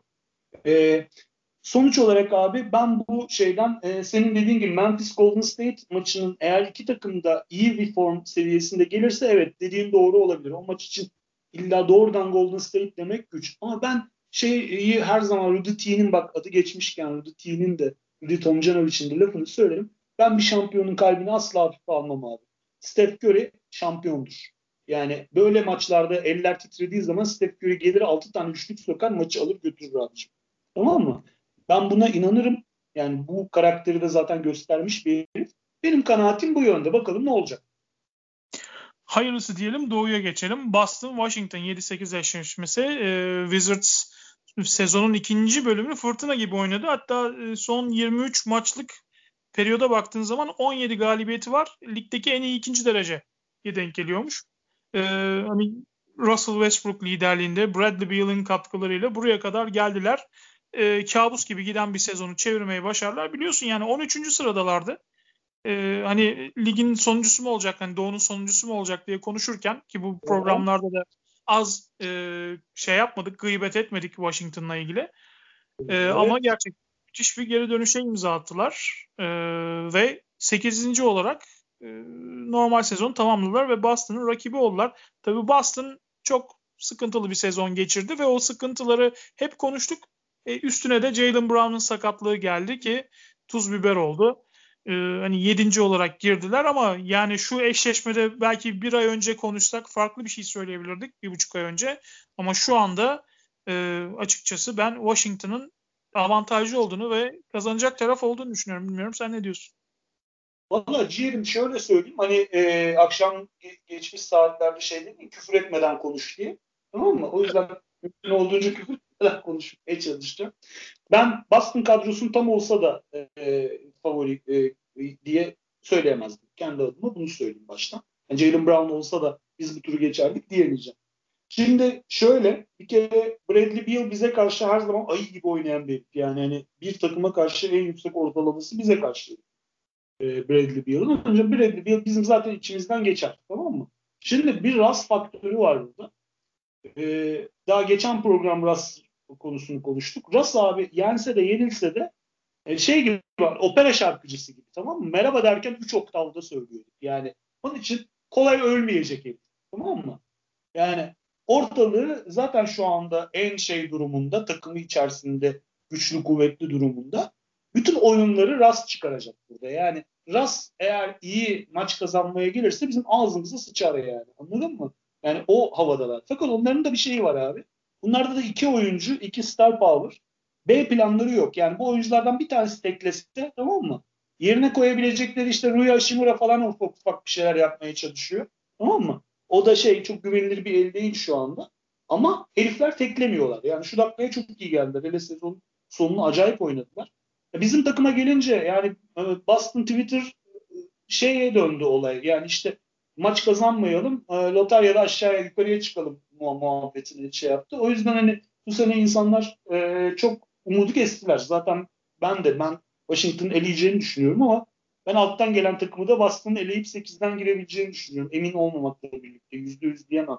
Ee, Sonuç olarak abi ben bu şeyden senin dediğin gibi Memphis Golden State maçının eğer iki takım da iyi bir form seviyesinde gelirse evet dediğin doğru olabilir. O maç için illa doğrudan Golden State demek güç. Ama ben şeyi her zaman Rudy T'nin bak adı geçmişken Rudy T'nin de Rudy Tomjanovic'in de lafını söylerim. Ben bir şampiyonun kalbini asla hafife almam abi. Steph Curry şampiyondur. Yani böyle maçlarda eller titrediği zaman Steph Curry gelir 6 tane üçlük sokar maçı alır götürür abiciğim. Tamam mı? Ben buna inanırım. Yani bu karakteri de zaten göstermiş bir herif. Benim kanaatim bu yönde. Bakalım ne olacak. Hayırlısı diyelim, Doğu'ya geçelim. Boston Washington 7-8 eşleşmesi. Wizards sezonun ikinci bölümünü fırtına gibi oynadı. Hatta son 23 maçlık periyoda baktığın zaman 17 galibiyeti var. Ligdeki en iyi ikinci dereceye denk geliyormuş. Hani Russell Westbrook liderliğinde Bradley Beal'in katkılarıyla buraya kadar geldiler. Kabus gibi giden bir sezonu çevirmeyi başardılar. Biliyorsun yani 13. sıradalardı. Hani ligin sonuncusu mu olacak, hani Doğu'nun sonuncusu mu olacak diye konuşurken ki bu programlarda da az şey yapmadık, gıybet etmedik Washington'la ilgili. Evet. Ama gerçekten müthiş bir geri dönüşe imza attılar. Ve 8. olarak normal sezon tamamladılar ve Boston'ın rakibi oldular. Tabii Boston çok sıkıntılı bir sezon geçirdi ve o sıkıntıları hep konuştuk. Üstüne de Jaylen Brown'un sakatlığı geldi ki tuz biber oldu. Hani 7. olarak girdiler ama yani şu eşleşmede belki bir ay önce konuşsak farklı bir şey söyleyebilirdik, 1,5 ay önce. Ama şu anda açıkçası ben Washington'ın avantajlı olduğunu ve kazanacak taraf olduğunu düşünüyorum. Bilmiyorum, sen ne diyorsun? Valla ciğerim şöyle söyleyeyim. Hani akşam geçmiş saatlerde şey dedim küfür etmeden konuş diye. Tamam mı? O yüzden mümkün olduğunca küfür etmeden konuşmaya çalışacağım. Ben Boston kadrosunun tam olsa da favori diye söyleyemezdim. Kendi adıma bunu söyleyeyim baştan. Yani Jaylen Brown olsa da biz bu turu geçerdik diyemeyeceğim. Şimdi şöyle bir kere Bradley Beal bize karşı her zaman ayı gibi oynayan bir herif. Yani hani bir takıma karşı en yüksek ortalaması bize karşı Bradley Beal'ın. Önce Bradley Beal bizim zaten içimizden geçer. Tamam mı? Şimdi bir Russ faktörü var burada. Daha geçen program Russ konusunu konuştuk. Russ abi yense de yenilse de şey gibi var, opera şarkıcısı gibi tamam mı? Merhaba derken 3 oktavda söylüyor. Yani onun için kolay ölmeyecek herif. Tamam mı? Yani ortalığı zaten şu anda en şey durumunda, takımı içerisinde güçlü kuvvetli durumunda. Bütün oyunları Ras çıkaracak burada. Yani Ras eğer iyi maç kazanmaya gelirse bizim ağzımıza sıçar yani. Anladın mı? Yani o havadalar. Fakat onların da bir şeyi var abi. Bunlarda da iki oyuncu, iki star power. B planları yok. Yani bu oyunculardan bir tanesi teklese tamam mı? Yerine koyabilecekleri işte Rui Hachimura falan ufak ufak bir şeyler yapmaya çalışıyor. Tamam mı? O da şey çok güvenilir bir el değil şu anda. Ama herifler teklemiyorlar. Yani şu dakikaya çok iyi geldiler. Hele sezon sonunu acayip oynadılar. Bizim takıma gelince yani Boston Twitter şeye döndü olay. Yani işte maç kazanmayalım, lotaryada aşağıya yukarıya çıkalım muhabbetini şey yaptı. O yüzden hani bu sene insanlar çok umudu kestiler. Zaten ben Washington'ın eleyeceğini düşünüyorum ama ben alttan gelen takımı da Boston'ın eleyip 8'den girebileceğini düşünüyorum. Emin olmamakla birlikte %100 diyemem.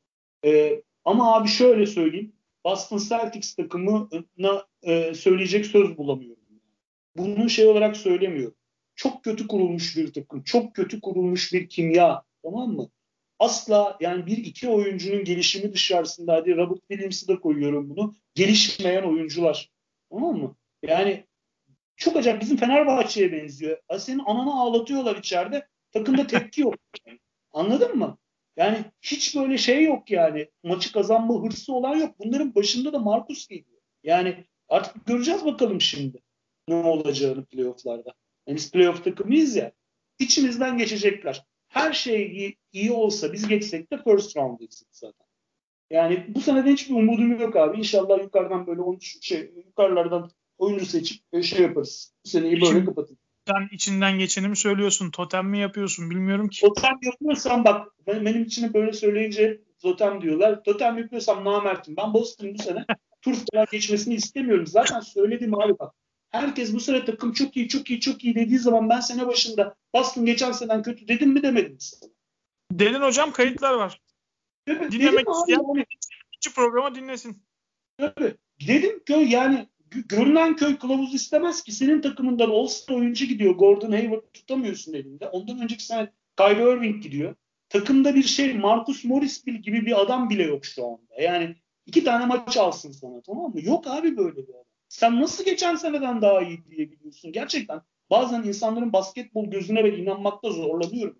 Ama abi şöyle söyleyeyim. Boston Celtics takımına söyleyecek söz bulamıyorum. Bunu şey olarak söylemiyorum. Çok kötü kurulmuş bir takım. Çok kötü kurulmuş bir kimya. Tamam mı? Asla yani bir iki oyuncunun gelişimi dışarısında, hadi Robert Williams'ı da koyuyorum bunu. Gelişmeyen oyuncular. Tamam mı? Yani çok acayip, bizim Fenerbahçe'ye benziyor. Senin ananı ağlatıyorlar içeride. Takımda tepki yok. Anladın mı? Yani hiç böyle şey yok yani. Maçı kazanma hırsı olan yok. Bunların başında da Marcus geliyor. Yani artık göreceğiz bakalım şimdi ne olacağını playoff'larda. Yani biz playoff takımıyız ya. İçimizden geçecekler. Her şey iyi olsa biz geçsek de first round geçsek zaten. Yani bu sene hiçbir umudum yok abi. İnşallah yukarıdan böyle 13 yukarılardan oyuncu seçip şey yaparız. Bu seneyi böyle kapatırız. Sen içinden geçeni mi söylüyorsun? Totem mi yapıyorsun? Bilmiyorum ki. Totem yapıyorsam bak, benim için böyle söyleyince totem diyorlar. Totem yapıyorsam namertim. Ben Boston'ın bu sene tur falan geçmesini istemiyorum. Zaten söyledim abi bak. Herkes bu sene takım çok iyi, çok iyi, çok iyi dediği zaman ben sene başında Boston geçen seneden kötü dedim mi demedim sana. Dedin hocam, kayıtlar var. Dinlemek isteyen ikinci programı dinlesin. Tabii. Dedim köy yani görünen köy kılavuz istemez ki. Senin takımından All-Star oyuncu gidiyor. Gordon Hayward tutamıyorsun elinde. Ondan önceki sene Kyrie Irving gidiyor. Takımda bir şey Marcus Morris gibi bir adam bile yok şu anda. Yani 2 tane maç alsın sana, tamam mı? Yok abi böyle bir adam. Sen nasıl geçen seneden daha iyi diyebiliyorsun? Gerçekten bazen insanların basketbol gözüne ben inanmakta zorlanıyorum.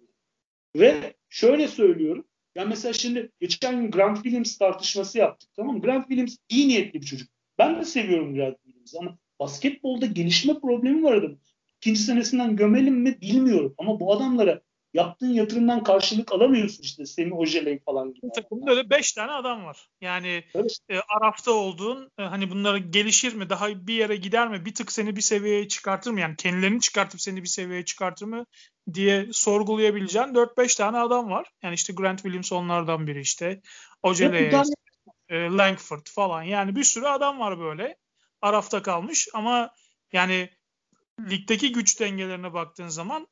Ve şöyle söylüyorum. Ya mesela şimdi geçen gün Grant Williams tartışması yaptık, tamam mı? Grant Williams iyi niyetli bir çocuk. Ben de seviyorum Grant Williams'ı ama basketbolda gelişme problemi var adamın. İkinci senesinden gömelim mi bilmiyorum. Ama bu adamlara yaptığın yatırımdan karşılık alamıyorsun işte. Semih Ojeley falan gibi. Bu takımda öyle 5 tane adam var. Yani Evet. Araf'ta olduğun hani bunları gelişir mi? Daha bir yere gider mi? Bir tık seni bir seviyeye çıkartır mı? Yani kendilerini çıkartıp seni bir seviyeye çıkartır mı diye sorgulayabileceğin 4-5 tane adam var. Yani işte Grant Williams onlardan biri işte. Ojeley, Langford falan. Yani bir sürü adam var böyle. Arafta kalmış ama yani ligdeki güç dengelerine baktığın zaman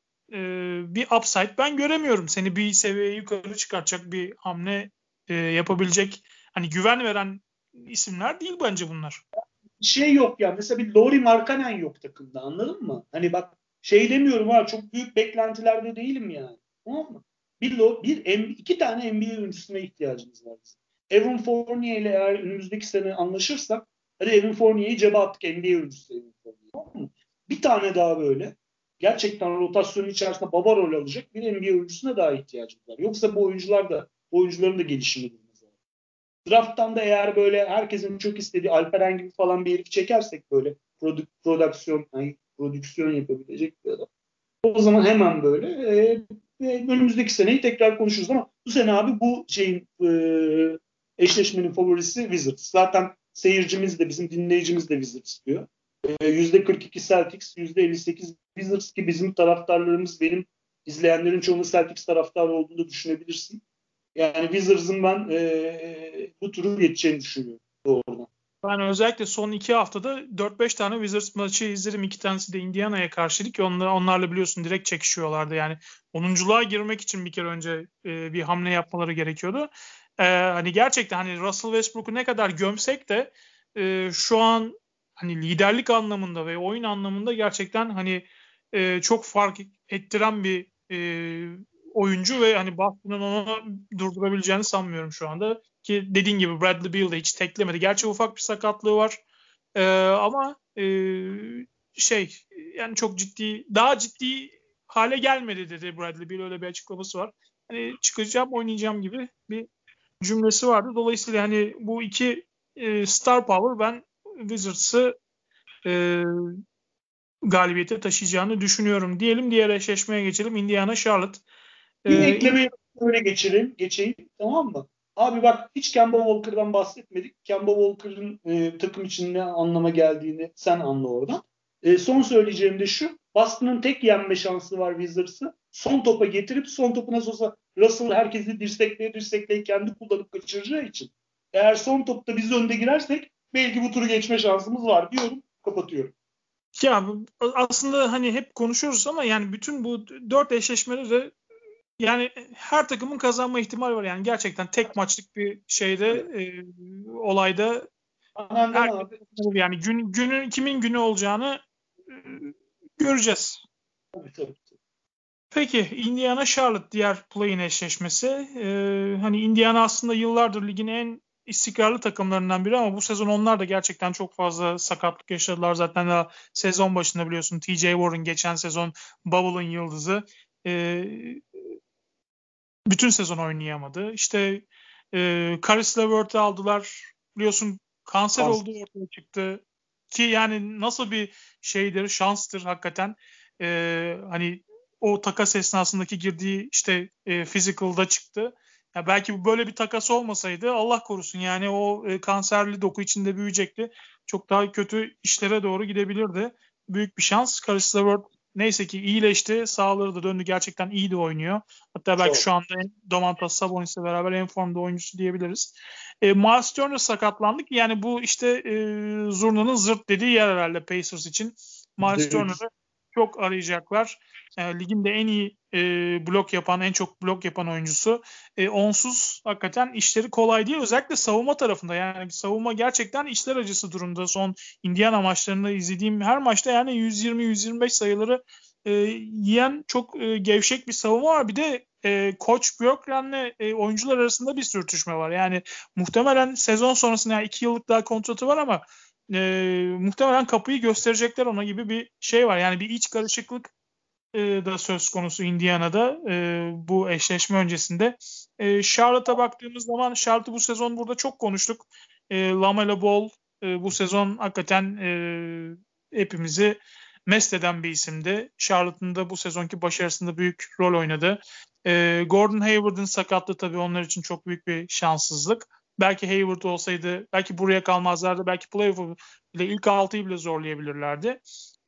bir upside ben göremiyorum. Seni bir seviyeye yukarı çıkartacak bir hamle yapabilecek, hani güven veren isimler değil bence bunlar. Şey yok ya. Mesela bir Lauri Markkanen yok takımda, anladın mı? Hani bak şey demiyorum ha, çok büyük beklentilerde değilim yani. Tamam mı? İki tane NBA oyuncusuna ihtiyacımız var bizim. Evan Fournier ile eğer önümüzdeki sene anlaşırsak, hadi Evan Fournier'i cebe attık, NBA oyuncusu Evan Fournier. Tamam mı? Bir tane daha böyle gerçekten rotasyonun içerisinde baba rol alacak bir NBA oyuncusuna daha ihtiyacımız var. Yoksa bu oyuncuların da gelişimi durmaz. Draft'tan da eğer böyle herkesin çok istediği Alperen gibi falan bir herif çekersek, böyle prodüksiyon yapabilecek bir adam. O zaman hemen böyle önümüzdeki seneyi tekrar konuşuruz ama bu sene abi bu şeyin eşleşmenin favorisi Wizards. Zaten seyircimiz de bizim dinleyicimiz de Wizards diyor. %42 Celtics, %58 Wizards ki bizim taraftarlarımız, benim izleyenlerin çoğunun Celtics taraftarı olduğunu düşünebilirsin. Yani Wizards'ın ben bu turu geçeceğini düşünüyorum doğrudan. Ben özellikle son 2 haftada 4-5 tane Wizards maçı izledim. 2 tanesi de Indiana'ya karşıydı ki onlarla biliyorsun direkt çekişiyorlardı. Yani 10'unculuğa girmek için bir kere önce bir hamle yapmaları gerekiyordu. Hani gerçekten hani Russell Westbrook'u ne kadar gömsek de şu an hani liderlik anlamında ve oyun anlamında gerçekten hani çok fark ettiren bir oyuncu ve hani Boston'un onu durdurabileceğini sanmıyorum şu anda. Ki dediğin gibi Bradley Beal de hiç teklemedi. Gerçi ufak bir sakatlığı var. Ama yani çok daha ciddi hale gelmedi dedi Bradley Beal, öyle bir açıklaması var. Hani çıkacağım, oynayacağım gibi bir cümlesi vardı. Dolayısıyla hani bu iki star power ben Wizards'ı galibiyete taşıyacağını düşünüyorum. Diyelim diğer eşleşmeye geçelim. Indiana Charlotte. Bir ekleme öyle geçeyim, tamam mı? Abi bak, hiç Kemba Walker'dan bahsetmedik. Kemba Walker'ın takım için ne anlama geldiğini sen anla oradan. Son söyleyeceğim de şu. Boston'ın tek yenme şansı var Wizards'ı. Son topa getirip son topu nasıl olsa Russell herkesi dirsekleye kendi kullanıp kaçıracağı için. Eğer son topta biz önde girersek belki bu turu geçme şansımız var diyorum. Kapatıyorum. Ya aslında hani hep konuşuyoruz ama yani bütün bu 4 eşleşmede de yani her takımın kazanma ihtimali var. Yani gerçekten tek maçlık bir şeyde olayda herkes yani günün kimin günü olacağını göreceğiz. Tabii. Peki Indiana Charlotte diğer play-in eşleşmesi. Hani Indiana aslında yıllardır ligin en istikrarlı takımlarından biri ama bu sezon onlar da gerçekten çok fazla sakatlık yaşadılar. Zaten daha sezon başında biliyorsun TJ Warren geçen sezon Bubble'ın yıldızı. Bütün sezon oynayamadı. İşte Caris LeVert'ı aldılar. Biliyorsun kanser olduğu ortaya çıktı. Ki yani nasıl bir şeydir, şanstır hakikaten. Hani o takas esnasındaki girdiği işte physical'da çıktı. Ya belki bu böyle bir takas olmasaydı Allah korusun yani o kanserli doku içinde büyüyecekti. Çok daha kötü işlere doğru gidebilirdi. Büyük bir şans. Caris LeVert neyse ki iyileşti. Sağlığı da döndü. Gerçekten iyi de oynuyor. Hatta belki şu anda Domantas Sabonis'le beraber en formda oyuncusu diyebiliriz. Miles Turner sakatlandık. Yani bu işte zurnanın zırt dediği yer herhalde Pacers için. Miles Turner'ı çok arayacaklar. Ligin de en iyi blok yapan, en çok blok yapan oyuncusu. Onsuz hakikaten işleri kolay değil. Özellikle savunma tarafında. Yani savunma gerçekten içler acısı durumda. Son Indiana maçlarında izlediğim her maçta yani 120-125 sayıları yiyen çok gevşek bir savunma var. Bir de Koç Bjorkgren'le oyuncular arasında bir sürtüşme var. Yani muhtemelen sezon sonrasında yani 2 yıllık daha kontratı var ama muhtemelen kapıyı gösterecekler ona gibi bir şey var. Yani bir iç karışıklık da söz konusu Indiana'da bu eşleşme öncesinde. Charlotte'a baktığımız zaman Charlotte'ı bu sezon burada çok konuştuk. LaMelo Ball bu sezon hakikaten hepimizi mest eden bir isimdi. Charlotte'ın da bu sezonki başarısında büyük rol oynadı. Gordon Hayward'ın sakatlığı tabii onlar için çok büyük bir şanssızlık. Belki Hayward olsaydı belki buraya kalmazlardı. Belki playoff'u bile ilk 6'yı bile zorlayabilirlerdi.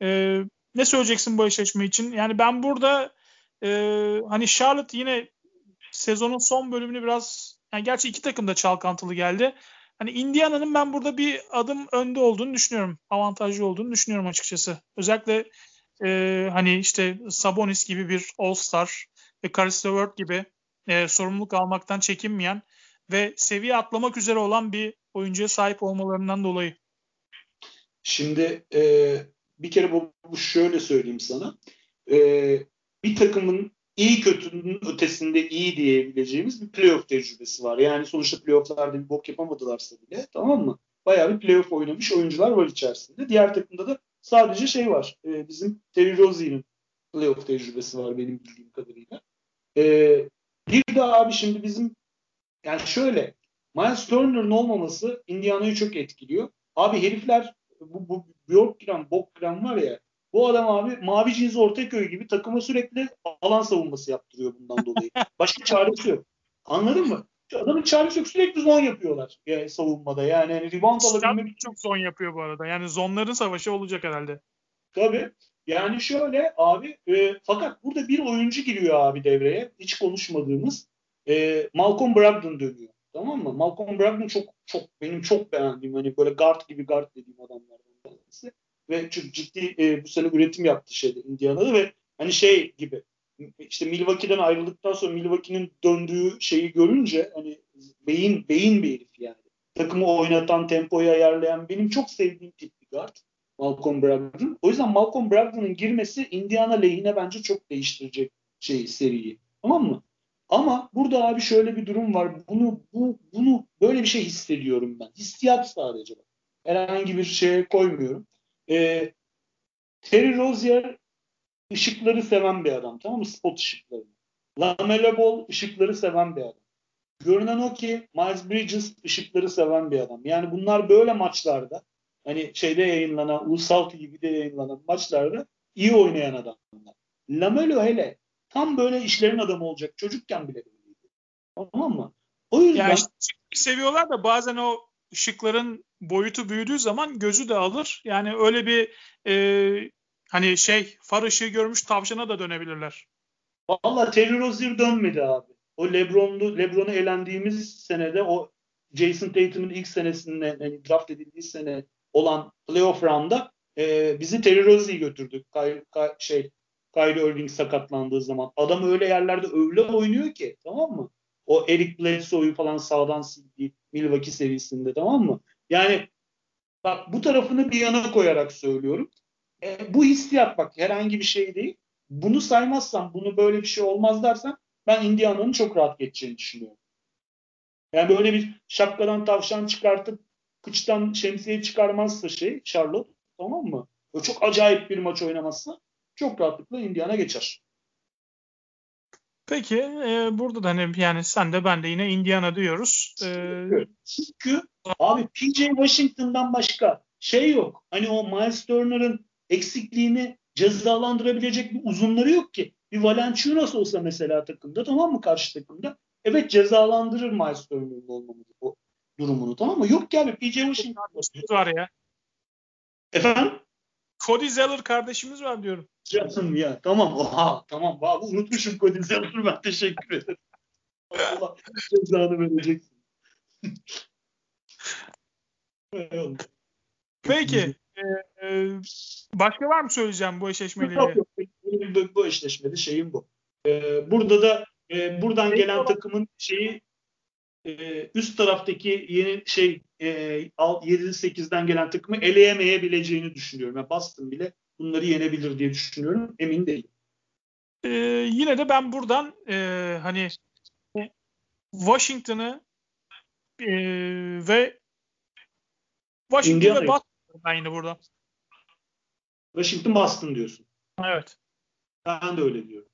Ne söyleyeceksin bu eşleşme için? Yani ben burada hani Charlotte yine sezonun son bölümünü biraz yani gerçi iki takım da çalkantılı geldi. Hani Indiana'nın ben burada bir adım önde olduğunu düşünüyorum. Avantajlı olduğunu düşünüyorum açıkçası. Özellikle hani işte Sabonis gibi bir All-Star ve Caris LeVert gibi sorumluluk almaktan çekinmeyen ve seviye atlamak üzere olan bir oyuncuya sahip olmalarından dolayı. Şimdi bir kere bu şöyle söyleyeyim sana. Bir takımın iyi kötünün ötesinde iyi diyebileceğimiz bir playoff tecrübesi var. Yani sonuçta playofflarda bir bok yapamadılarsa bile, tamam mı? Bayağı bir playoff oynamış oyuncular var içerisinde. Diğer takımda da sadece şey var. Bizim Terry Rozier'in playoff tecrübesi var benim bildiğim kadarıyla. Bir de abi şimdi bizim yani şöyle Miles Turner'ın olmaması Indiana'yı çok etkiliyor. Abi herifler bu Bjorkgren var ya, bu adam abi Mavi Cins Ortaköy gibi takıma sürekli alan savunması yaptırıyor bundan dolayı. Başka çaresi yok. Anladın mı? Adamın çaresi yok. Sürekli zon yapıyorlar savunmada. Yani rebound alabilmek için. Çok zon yapıyor bu arada. Yani zonların savaşı olacak herhalde. Tabii. Yani şöyle abi fakat burada bir oyuncu giriyor abi devreye. Hiç konuşmadığımız Malcolm Brogdon dönüyor. Tamam mı? Malcolm Brogdon çok benim çok beğendiğim hani böyle guard gibi guard dediğim adamlardan birisi. Ve çok ciddi bu sene üretim yaptı Indiana'da ve hani şey gibi işte Milwaukee'den ayrıldıktan sonra Milwaukee'nin döndüğü şeyi görünce hani beyin bir herif yani. Takımı oynatan, tempoyu ayarlayan benim çok sevdiğim tip bir guard. Malcolm Brogdon. O yüzden Malcolm Brogdon'un girmesi Indiana lehine bence çok değiştirecek seriyi. Tamam mı? Ama burada abi şöyle bir durum var. Bunu böyle bir şey hissediyorum ben. Hissiyat sadece. Herhangi bir şeye koymuyorum. Terry Rozier ışıkları seven bir adam. Tamam mı? Spot ışıkları. LaMelo Ball ışıkları seven bir adam. Görünen o ki Miles Bridges ışıkları seven bir adam. Yani bunlar böyle maçlarda hani şeyde yayınlanan, Ulusal TV'de yayınlanan maçlarda iyi oynayan adamlar. LaMelo hele tam böyle işlerin adamı olacak. Çocukken bile böyleydi. Tamam mı? O yüzden yani işte seviyorlar da bazen o ışıkların boyutu büyüdüğü zaman gözü de alır. Yani öyle bir hani far ışığı görmüş tavşana da dönebilirler. Valla Terry Rozier dönmedi abi. O LeBron'u elendiğimiz senede, o Jason Tatum'un ilk senesinde, yani draft edildiği sene olan playoff round'da bizi Terry Rozier götürdü. Kyrie Irving sakatlandığı zaman. Adam öyle yerlerde öyle oynuyor ki, tamam mı? O Eric Bledsoe'yu falan sağdan sildiği Milwaukee serisinde, tamam mı? Yani bak, bu tarafını bir yana koyarak söylüyorum. Bu hissiyat, bak, herhangi bir şey değil. Bunu saymazsam, bunu böyle bir şey olmaz dersen, ben Indiana'nın çok rahat geçeceğini düşünüyorum. Yani böyle bir şapkadan tavşan çıkartıp kıçtan şemsiye çıkarmazsa Charlotte, tamam mı? Böyle çok acayip bir maç oynamazsa çok rahatlıkla Indiana geçer. Peki burada da hani yani sen de ben de yine Indiana diyoruz. Çünkü abi P.J. Washington'dan başka şey yok. Hani o Miles Turner'ın eksikliğini cezalandırabilecek bir uzunları yok ki. Bir Valanciunas olsa mesela takımda, tamam mı, karşı takımda? Evet, cezalandırır Miles Turner'ın olmaması o durumunu, tamam mı? Yok ki abi, P.J. Washington. Kardeşimiz var ya. Efendim? Cody Zeller kardeşimiz var diyorum. Canım ya, tamam, oha, tamam abi, unutmuşum Cody Zeller'ı, ben teşekkür ederim. Allah cezanı vereceksin. Peki. Başka var mı söyleyeceğim bu eşleşmeyle Yok, ilgili? yok. Bu eşleşmede şeyim bu. Burada da buradan gelen takımın üst taraftaki yeni 7-8'den gelen takımı eleyemeyebileceğini düşünüyorum. Yani Boston bile bunları yenebilir diye düşünüyorum. Emin değilim. Yine de ben buradan hani Washington'ı ve Washington ve Boston ben yine burada. Washington Boston diyorsun. Evet. Ben de öyle diyorum.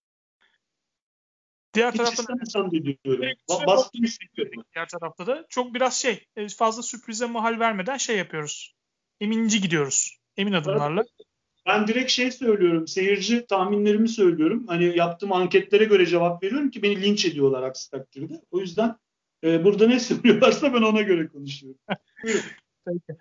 Diğer Hiç taraftan istemesem de diyorum. Boston'ı Boston'ı diğer tarafta da çok biraz fazla sürprize mahal vermeden yapıyoruz. Eminci gidiyoruz. Emin adımlarla. Ben direkt söylüyorum. Seyirci tahminlerimi söylüyorum. Hani yaptığım anketlere göre cevap veriyorum ki beni linç ediyorlar aksi takdirde. O yüzden burada ne söylüyorlarsa ben ona göre konuşuyorum. Buyurun. Peki.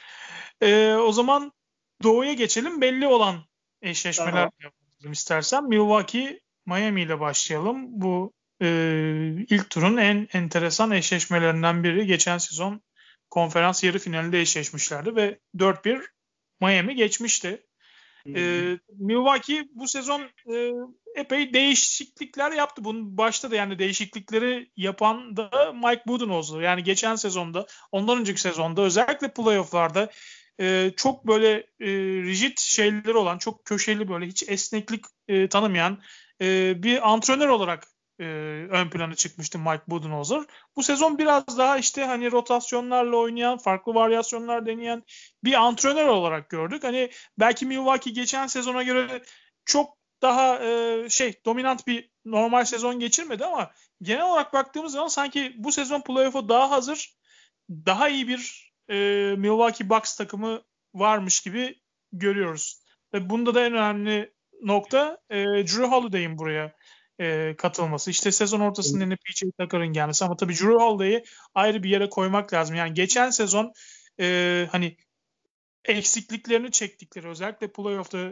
O zaman Doğu'ya geçelim. Belli olan eşleşmeler yapalım istersen. Milwaukee, Miami ile başlayalım. Bu ilk turun en enteresan eşleşmelerinden biri. Geçen sezon konferans yarı finalinde eşleşmişlerdi ve 4-1 Miami geçmişti. Milwaukee bu sezon epey değişiklikler yaptı. Bunun başta da yani değişiklikleri yapan da Mike Budenholzer. Yani geçen sezonda, ondan önceki sezonda özellikle playoff'larda çok böyle rigid şeyleri olan, çok köşeli, böyle hiç esneklik tanımayan bir antrenör olarak ön plana çıkmıştı Mike Budenholzer. Bu sezon biraz daha işte hani rotasyonlarla oynayan, farklı varyasyonlar deneyen bir antrenör olarak gördük. Hani belki Milwaukee geçen sezona göre çok daha dominant bir normal sezon geçirmedi ama genel olarak baktığımız zaman sanki bu sezon playoff'a daha hazır, daha iyi bir Milwaukee Bucks takımı varmış gibi görüyoruz. Ve bunda da en önemli nokta Drew Holiday'in buraya katılması. İşte sezon ortasında yine PJ Tucker'ın gelmesi ama tabii Drew Holiday'i ayrı bir yere koymak lazım. Yani geçen sezon hani eksikliklerini çektikleri, özellikle playoff'ta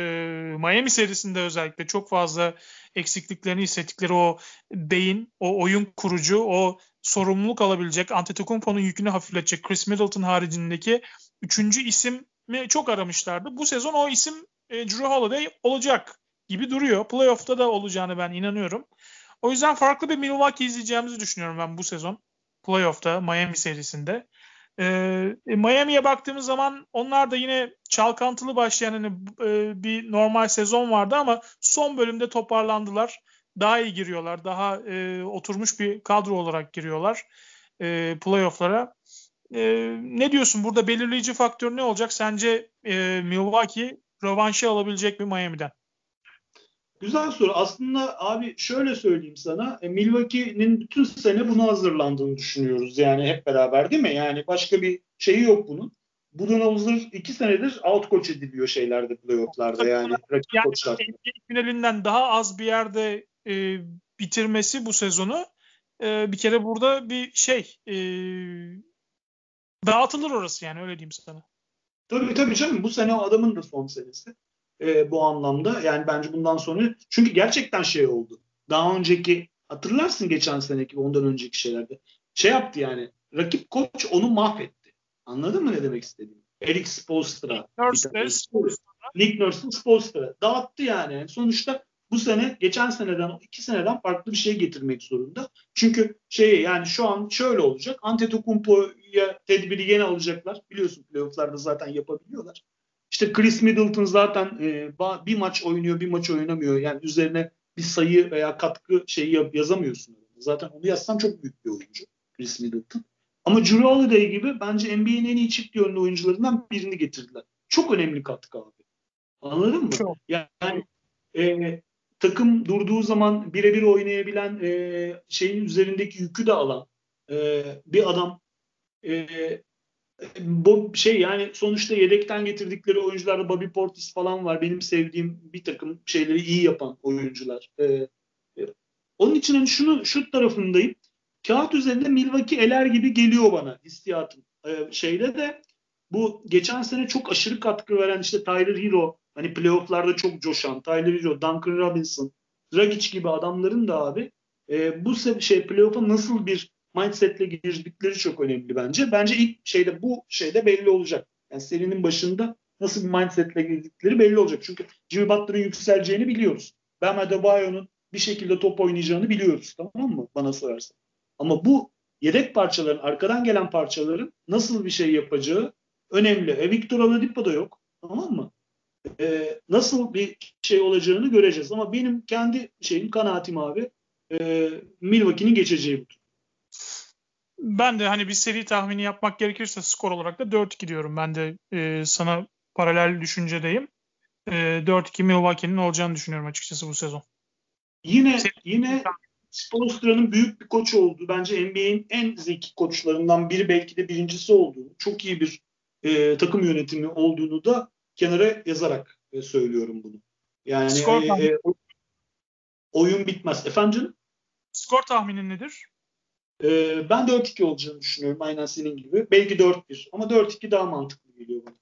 Miami serisinde özellikle çok fazla eksikliklerini hissettikleri o beyin, o oyun kurucu, o sorumluluk alabilecek, Antetokounmpo'nun yükünü hafifletecek Chris Middleton haricindeki üçüncü ismi çok aramışlardı. Bu sezon o isim Drew Holiday olacak gibi duruyor. Playoff'ta da olacağını ben inanıyorum. O yüzden farklı bir Milwaukee izleyeceğimizi düşünüyorum ben bu sezon. Playoff'ta, Miami serisinde. Miami'ye baktığımız zaman onlar da yine çalkantılı başlayan hani, bir normal sezon vardı ama son bölümde toparlandılar. Daha iyi giriyorlar. Daha oturmuş bir kadro olarak giriyorlar playoff'lara. Ne diyorsun? Burada belirleyici faktör ne olacak? Sence Milwaukee rövanşı alabilecek mi Miami'den? Güzel soru. Aslında abi şöyle söyleyeyim sana. Milwaukee'nin bütün sene buna hazırlandığını düşünüyoruz. Yani hep beraber, değil mi? Yani başka bir şeyi yok bunun. Budenholzer 2 senedir out coach ediliyor playoff'larda, yani rakip Yani koçlar. NBA finalinden daha az bir yerde bitirmesi bu sezonu bir kere burada bir Dağıtılır orası yani, öyle diyeyim sana. Tabii canım, bu sene o adamın da son senesi. Bu anlamda yani bence bundan sonra, çünkü gerçekten şey oldu. Daha önceki, hatırlarsın geçen seneki ondan önceki şeylerde. Şey yaptı yani, rakip koç onu mahvetti. Anladın mı ne demek istediğimi? Eric Spoelstra bir Nurse, tanesi. Nick Nurse'ın Spoelstra dağıttı yani. Sonuçta bu sene geçen seneden 2 seneden farklı bir şey getirmek zorunda. Çünkü yani şu an şöyle olacak. Antetokounmpo'ya tedbiri gene alacaklar. Biliyorsun playoff'larda zaten yapabiliyorlar. İşte Chris Middleton zaten bir maç oynuyor, bir maç oynamıyor. Yani üzerine bir sayı veya katkı şeyi yazamıyorsun. Zaten onu yazsam çok büyük bir oyuncu Chris Middleton. Ama Jrue Holiday gibi bence NBA'nin en iyi çift yönlü oyuncularından birini getirdiler. Çok önemli katkı abi. Anladın mı? çok. Yani takım durduğu zaman birebir oynayabilen, şeyin üzerindeki yükü de alan bir adam. E, Bu yani sonuçta yedekten getirdikleri oyuncularda Bobby Portis falan var. Benim sevdiğim bir takım şeyleri iyi yapan oyuncular. Onun için hani şu tarafındayım. Kağıt üzerinde Milwaukee eler gibi geliyor bana hissiyatım. Şeyde de bu geçen sene çok aşırı katkı veren işte Tyler Hero, hani playofflarda çok coşan Tyler Hero, Duncan Robinson, Dragic gibi adamların da abi bu playoff'a nasıl bir mindsetle girdikleri çok önemli bence. Bence ilk bu şeyde belli olacak. Yani serinin başında nasıl bir mindsetle girdikleri belli olacak. Çünkü Jimmy Butler'ın yükseleceğini biliyoruz. Bam Adebayo'nun bir şekilde top oynayacağını biliyoruz. Tamam mı? Bana sorarsan. Ama bu yedek parçaların, arkadan gelen parçaların nasıl bir şey yapacağı önemli. Victor Oladipo da yok. Tamam mı? Nasıl bir şey olacağını göreceğiz. Ama benim kendi kanaatim abi, Milwaukee'nin geçeceği bu. Ben de hani bir seri tahmini yapmak gerekirse skor olarak da 4-2 diyorum. Ben de sana paralel düşüncedeyim. 4-2 Milwaukee'nin olacağını düşünüyorum açıkçası bu sezon. Yine Spoelstra'nın büyük bir koç olduğu, bence NBA'in en zeki koçlarından biri, belki de birincisi olduğunu, çok iyi bir takım yönetimi olduğunu da kenara yazarak söylüyorum bunu. Yani Skor tahmini, oyun bitmez. Efendim? skor tahminin nedir? Ben 4-2 olacağını düşünüyorum, aynen senin gibi. Belki 4-1 ama 4-2 daha mantıklı geliyor bana.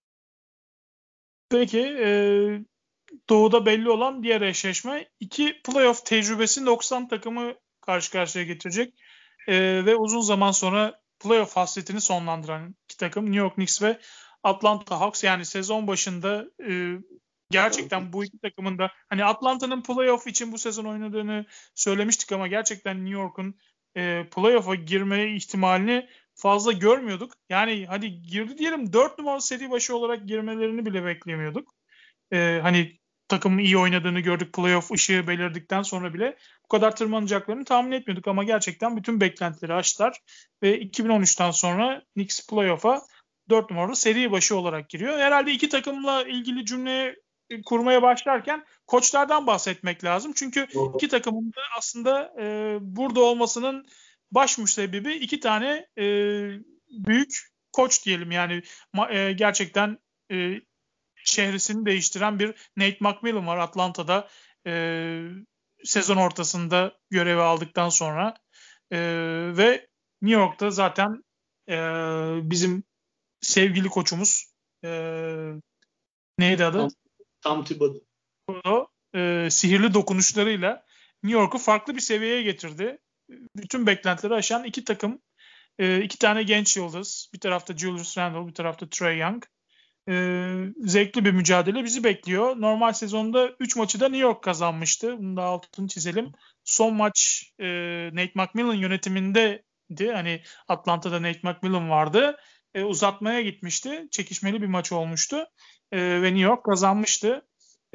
Peki Doğu'da belli olan diğer eşleşme, iki playoff tecrübesi 90 takımı karşı karşıya getirecek. Ve uzun zaman sonra playoff hasretini sonlandıran iki takım, New York Knicks ve Atlanta Hawks. Yani sezon başında gerçekten bu iki takımın da hani Atlanta'nın playoff için bu sezon oynadığını söylemiştik ama gerçekten New York'un playoff'a girme ihtimalini fazla görmüyorduk. Yani hadi girdi diyelim, 4 numaralı seri başı olarak girmelerini bile beklemiyorduk. Hani takımın iyi oynadığını gördük. Playoff ışığı belirdikten sonra bile bu kadar tırmanacaklarını tahmin etmiyorduk ama gerçekten bütün beklentileri aştılar ve 2013'ten sonra Knicks playoff'a 4 numaralı seri başı olarak giriyor. Herhalde iki takımla ilgili cümle kurmaya başlarken koçlardan bahsetmek lazım. Çünkü iki takımın da aslında burada olmasının baş müsebbibi iki tane büyük koç diyelim. Yani gerçekten şehrisini değiştiren bir Nate McMillan var Atlanta'da. Sezon ortasında görevi aldıktan sonra ve New York'ta zaten bizim sevgili koçumuz neydi adı? Tom Thibodeau. O sihirli dokunuşlarıyla New York'u farklı bir seviyeye getirdi. Bütün beklentileri aşan iki takım, iki tane genç yıldız. Bir tarafta Julius Randle, bir tarafta Trae Young. Zevkli bir mücadele bizi bekliyor. Normal sezonda 3 maçı da New York kazanmıştı. Bunu da altını çizelim. Son maç Nate McMillan yönetimindeydi. Hani Atlanta'da Nate McMillan vardı. Uzatmaya gitmişti. Çekişmeli bir maç olmuştu. Ve New York kazanmıştı.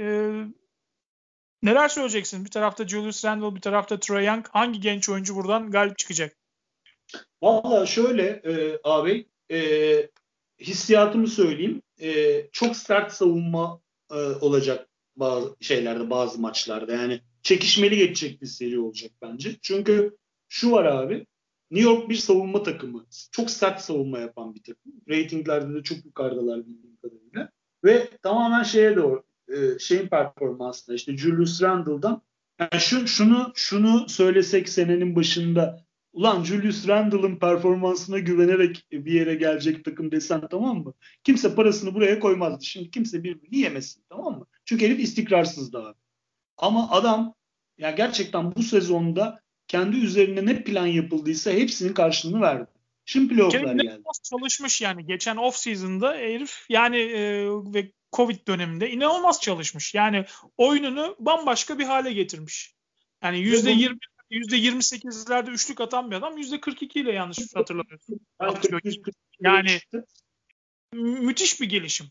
Neler söyleyeceksin? Bir tarafta Julius Randle, bir tarafta Trae Young. Hangi genç oyuncu buradan galip çıkacak? Valla şöyle abi, hissiyatımı söyleyeyim. Çok sert savunma olacak bazı şeylerde, bazı maçlarda. Yani çekişmeli geçecek bir seri olacak bence. Çünkü şu var abi, New York bir savunma takımı. Çok sert savunma yapan bir takım. Ratinglerde de çok yukarıdalar bildiğim kadarıyla. Ve tamamen şeye doğru, şeyin performansına, işte Julius Randle'dan. Yani şunu söylesek senenin başında, ulan Julius Randle'ın performansına güvenerek bir yere gelecek takım desen, tamam mı? Kimse parasını buraya koymazdı. Şimdi kimse birbirini yemesin, tamam mı? Çünkü herif istikrarsızdı abi. Ama adam ya gerçekten bu sezonda kendi üzerine ne plan yapıldıysa hepsinin karşılığını verdi. Şimdi playoff'lar geldi. Çalışmış yani. Geçen off season'da herif yani ve Covid döneminde inanılmaz çalışmış. Yani oyununu bambaşka bir hale getirmiş. Yani %20, %28'lerde üçlük atan bir adam %42 ile yanlış hatırlamıyorsun. Yani müthiş bir gelişim.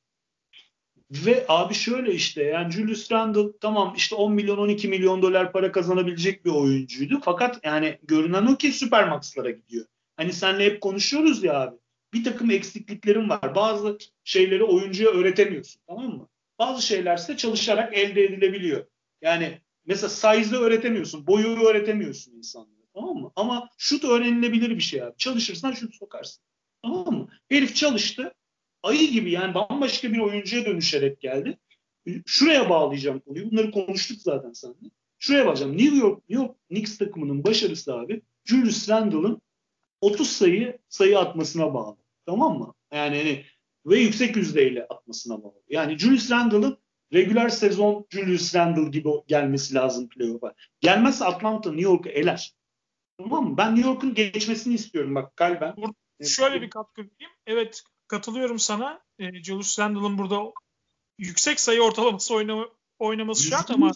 Ve abi şöyle işte, yani Julius Randle tamam işte 10 milyon 12 milyon dolar para kazanabilecek bir oyuncuydu. Fakat yani görünen o ki Supermax'lara gidiyor. Hani seninle hep konuşuyoruz ya abi. Bir takım eksikliklerin var. Bazı şeyleri oyuncuya öğretemiyorsun, tamam mı? Bazı şeyler ise çalışarak elde edilebiliyor. Yani mesela size'ı öğretemiyorsun. Boyu öğretemiyorsun insanlara, tamam mı? Ama şut öğrenilebilir bir şey abi. Çalışırsan şut sokarsın. Tamam mı? Herif çalıştı, ayı gibi yani bambaşka bir oyuncuya dönüşerek geldi. Şuraya bağlayacağım konuyu. Bunları konuştuk zaten seninle. Şuraya bağlayacağım. New York Knicks takımının başarısı abi Julius Randle'ın 30 sayı atmasına bağlı. Tamam mı? Yani hani, ve yüksek yüzdeyle atmasına bağlı. Yani Julius Randle'ın regular sezon Julius Randle gibi gelmesi lazım playoff'a. Gelmezse Atlanta New York'u eler. Tamam mı? Ben New York'un geçmesini istiyorum bak kalben. Şöyle bir katkı vereyim. Evet, katılıyorum sana. Julius Randle'ın burada yüksek sayı ortalaması oynaması şart ama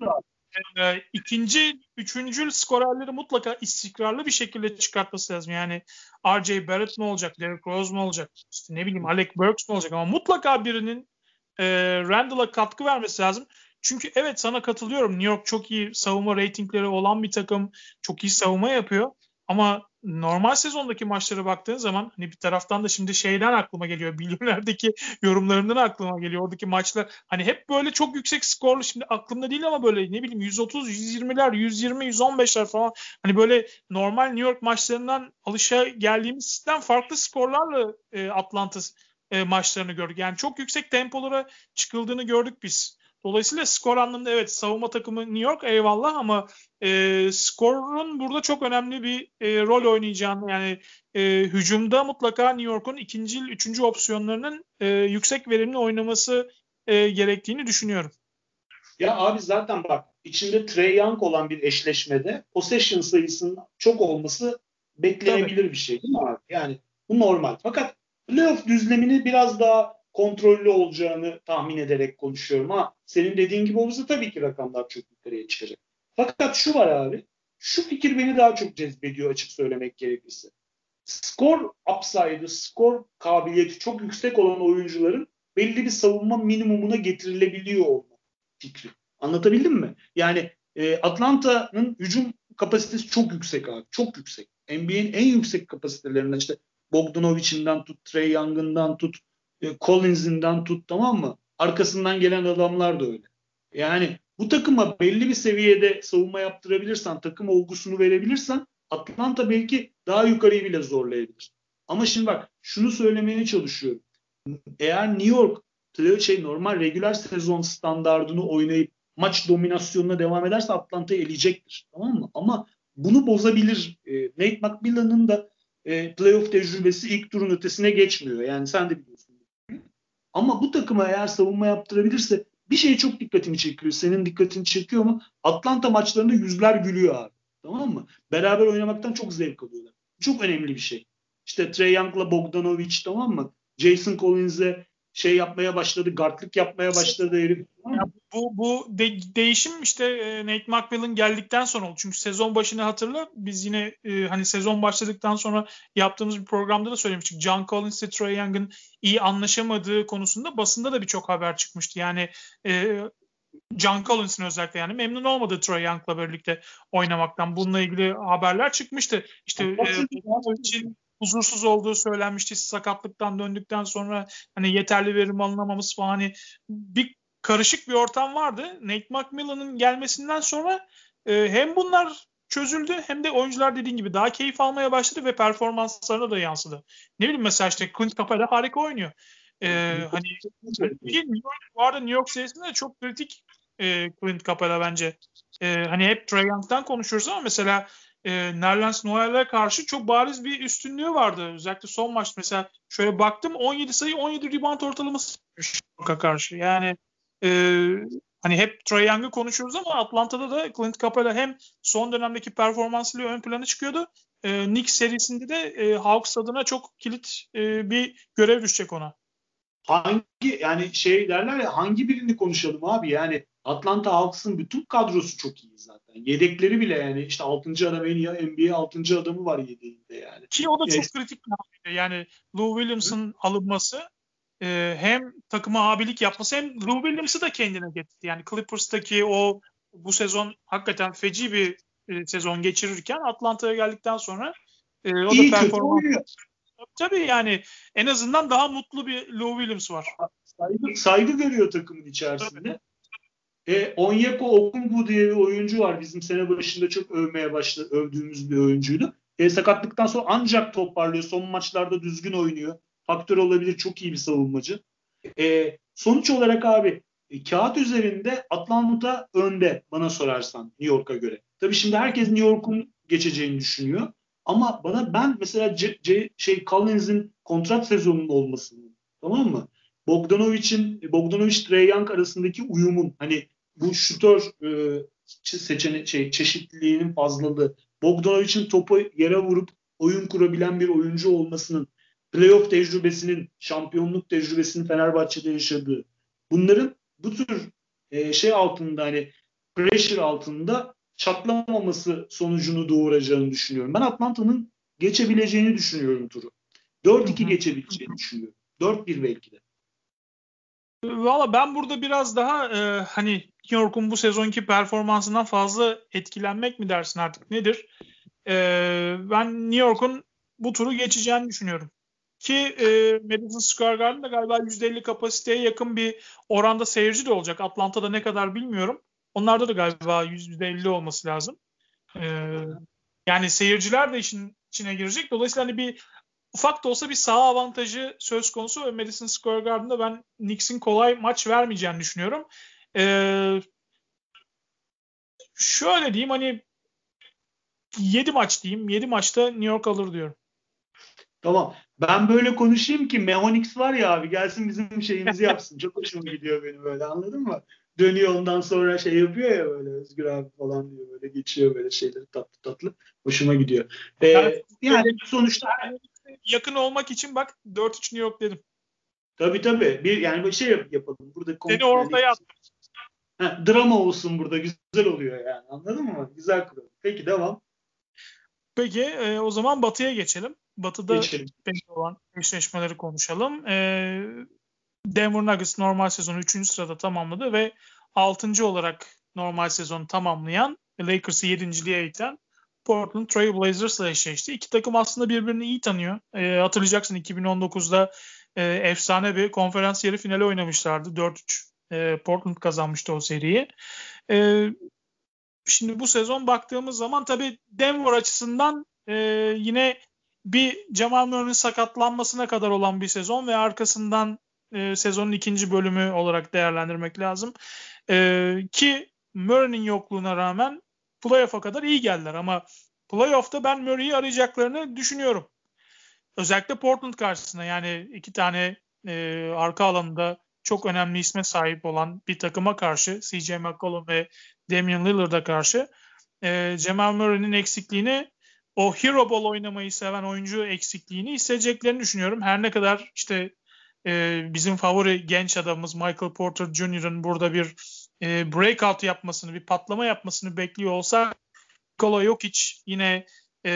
ikinci, üçüncü skorerleri mutlaka istikrarlı bir şekilde çıkartması lazım. Yani R.J. Barrett mi olacak, Derrick Rose mu olacak, işte ne bileyim Alec Burks mu olacak ama mutlaka birinin Randle'a katkı vermesi lazım. Çünkü evet sana katılıyorum. New York çok iyi savunma reytingleri olan bir takım. Çok iyi savunma yapıyor. Ama normal sezondaki maçlara baktığın zaman hani bir taraftan da şimdi şeyden aklıma geliyor. Milyonerdeki yorumlarından aklıma geliyor. Oradaki maçlar hani hep böyle çok yüksek skorlu, şimdi aklımda değil ama böyle ne bileyim 130, 120'ler, 120, 115'ler falan. Hani böyle normal New York maçlarından alışa geldiğimiz sistem farklı skorlarla Atlanta maçlarını gördük. Yani çok yüksek tempolara çıkıldığını gördük biz. Dolayısıyla skor anlamında evet savunma takımı New York eyvallah ama skorun burada çok önemli bir rol oynayacağını, yani hücumda mutlaka New York'un ikinci, üçüncü opsiyonlarının yüksek verimli oynaması gerektiğini düşünüyorum. Ya abi zaten bak, içinde Trae Young olan bir eşleşmede possession sayısının çok olması beklenebilir Tabii. bir şey değil mi abi? Yani bu normal. Fakat playoff düzlemini biraz daha kontrollü olacağını tahmin ederek konuşuyorum. Ha, senin dediğin gibi olursa tabii ki rakamlar çok yukarıya çıkacak. Fakat şu var abi. Şu fikir beni daha çok cezbediyor açık söylemek gerekirse. Skor upside'ı, skor kabiliyeti çok yüksek olan oyuncuların belli bir savunma minimumuna getirilebiliyor olma fikri. Anlatabildim mi? Yani Atlanta'nın hücum kapasitesi çok yüksek abi. Çok yüksek. NBA'nin en yüksek kapasitelerinden işte Bogdanovic'inden tut, Trae Young'ından tut, Collins'inden tut, tamam mı? Arkasından gelen adamlar da öyle. Yani bu takıma belli bir seviyede savunma yaptırabilirsen, takım olgusunu verebilirsen Atlanta belki daha yukarıyı bile zorlayabilir. Ama şimdi bak şunu söylemeye çalışıyorum. Eğer New York normal regular sezon standardını oynayıp maç dominasyonuna devam ederse Atlanta'yı eleyecektir. Tamam mı? Ama bunu bozabilir. Nate McMillan'ın da playoff tecrübesi ilk turun ötesine geçmiyor. Yani sen de biliyorsun. Ama bu takıma eğer savunma yaptırabilirse bir şey çok dikkatimi çekiyor. Senin dikkatini çekiyor mu? Atlanta maçlarında yüzler gülüyor abi. Tamam mı? Beraber oynamaktan çok zevk alıyorlar. Çok önemli bir şey. İşte Trae Young'la Bogdanovic, tamam mı? Jason Collins'e şey yapmaya başladı, guardlık yapmaya başladı herif. Tamam mı? Bu değişim işte Nate McMillan geldikten sonra oldu. Çünkü sezon başını hatırla. Biz yine hani sezon başladıktan sonra yaptığımız bir programda da söylemiştik. John Collins ile Trae Young'ın iyi anlaşamadığı konusunda basında da birçok haber çıkmıştı. Yani John Collins'in özellikle yani memnun olmadığı Trae Young'la birlikte oynamaktan. Bununla ilgili haberler çıkmıştı. İşte için huzursuz olduğu söylenmişti. Sakatlıktan döndükten sonra hani yeterli verim alınamaması falan, hani bir karışık bir ortam vardı. Nate McMillan'ın gelmesinden sonra hem bunlar çözüldü hem de oyuncular dediğin gibi daha keyif almaya başladı ve performanslarına da yansıdı. Ne bileyim mesela işte Clint Capela harika oynuyor. Hani bu arada New York serisinde de çok kritik Clint Capela bence. Hani hep Trae Young'dan konuşuyoruz ama mesela Nerlens Noel'e karşı çok bariz bir üstünlüğü vardı. Özellikle son maç mesela şöyle baktım 17 sayı 17 rebound ortalaması karşı. Yani e, hani hep Trae Young'ı konuşuyoruz ama Atlanta'da da Clint Capela hem son dönemdeki performansıyla ön plana çıkıyordu. Knicks serisinde de Hawks adına çok kilit bir görev düşecek ona. Yani şey derler ya, hangi birini konuşalım abi? Yani Atlanta Hawks'ın bütün kadrosu çok iyi zaten. Yedekleri bile, yani işte 6. adam, en iyi NBA 6. adamı var yedeğinde yani. Ki o da E, çok kritik bir hamleydi. Yani Lou Williams'ın alınması hem takıma abilik yapması hem Lou Williams'ı da kendine getirdi. Yani Clippers'taki bu sezon hakikaten feci bir sezon geçirirken Atlanta'ya geldikten sonra o da iyi kötü performans. oynuyor. Tabii yani en azından daha mutlu bir Lou Williams var. Saygı görüyor takımın Tabii. içerisinde. Onyeka Okungwu diye bir oyuncu var. Bizim sene başında çok övdüğümüz bir oyuncuydu. Sakatlıktan sonra ancak toparlıyor. Son maçlarda düzgün oynuyor. Faktör olabilir. Çok iyi bir savunmacı. Sonuç olarak abi, kağıt üzerinde Atlanta önde bana sorarsan New York'a göre. Tabii şimdi herkes New York'un geçeceğini düşünüyor. Ama ben mesela Collins'in kontrat sezonunun olmasını, tamam mı? Bogdanovic Trae Young arasındaki uyumun, hani bu şutör çeşitliliğinin fazlalığı, Bogdanovic'in topu yere vurup oyun kurabilen bir oyuncu olmasının, playoff tecrübesinin, şampiyonluk tecrübesinin Fenerbahçe'de yaşadığı, bunların bu tür altında, hani pressure altında çatlamaması sonucunu doğuracağını düşünüyorum. Ben Atlanta'nın geçebileceğini düşünüyorum turu. 4-2 geçebileceğini düşünüyorum. 4-1 belki de. Valla ben burada biraz daha hani New York'un bu sezonki performansından fazla etkilenmek mi dersin artık nedir? Ben New York'un bu turu geçeceğini düşünüyorum. Ki Madison Square Garden'da galiba %50 kapasiteye yakın bir oranda seyirci de olacak. Atlanta'da ne kadar bilmiyorum. Onlarda da galiba %50 olması lazım. Ee, Yani seyirciler de işin içine girecek. Dolayısıyla hani bir ufak da olsa bir saha avantajı söz konusu ve Madison Square Garden'da ben Knicks'in kolay maç vermeyeceğini düşünüyorum. Ee, Şöyle diyeyim hani 7 maç diyeyim. 7 maçta New York alır diyorum. Tamam. Ben böyle konuşayım ki Mehonix var ya abi, gelsin bizim şeyimizi yapsın. Çok hoşuma gidiyor benim, böyle, anladın mı? Dönüyor ondan sonra şey yapıyor ya, böyle Özgür abi falan diyor, böyle geçiyor böyle şeyleri tatlı tatlı. Hoşuma gidiyor. Yani, Yani sonuçta yakın olmak için bak 4-3 New York dedim. tabii yani bir şey yapalım. Burada Seni yani ortaya attım. drama olsun burada, güzel oluyor yani, anladın mı? Güzel kuralım. Peki, devam. Peki o zaman Batı'ya geçelim. Batı'da Geçelim. belli olan eşleşmeleri konuşalım. Denver Nuggets normal sezonu 3. sırada tamamladı ve 6. olarak normal sezonu tamamlayan Lakers'ı 7.liğe iten Portland Trail Blazers'la eşleşti. İki takım aslında birbirini iyi tanıyor. Hatırlayacaksın 2019'da efsane bir konferans yarı finali oynamışlardı. 4-3 Portland kazanmıştı o seriyi. E, Şimdi bu sezon baktığımız zaman tabii Denver açısından yine bir Jamal Murray'nin sakatlanmasına kadar olan bir sezon ve arkasından sezonun ikinci bölümü olarak değerlendirmek lazım. Ki Murray'nin yokluğuna rağmen playoff'a kadar iyi geldiler ama playoff'ta ben Murray'i arayacaklarını düşünüyorum. Özellikle Portland karşısında yani iki tane arka alanında çok önemli isme sahip olan bir takıma karşı CJ McCollum ve Damian Lillard'a karşı Jamal Murray'nin eksikliğini, o hero ball oynamayı seven oyuncu eksikliğini hissedeceklerini düşünüyorum. Her ne kadar işte bizim favori genç adamımız Michael Porter Jr.'ın burada bir breakout yapmasını, bir patlama yapmasını bekliyor olsa Nikola Jokic yine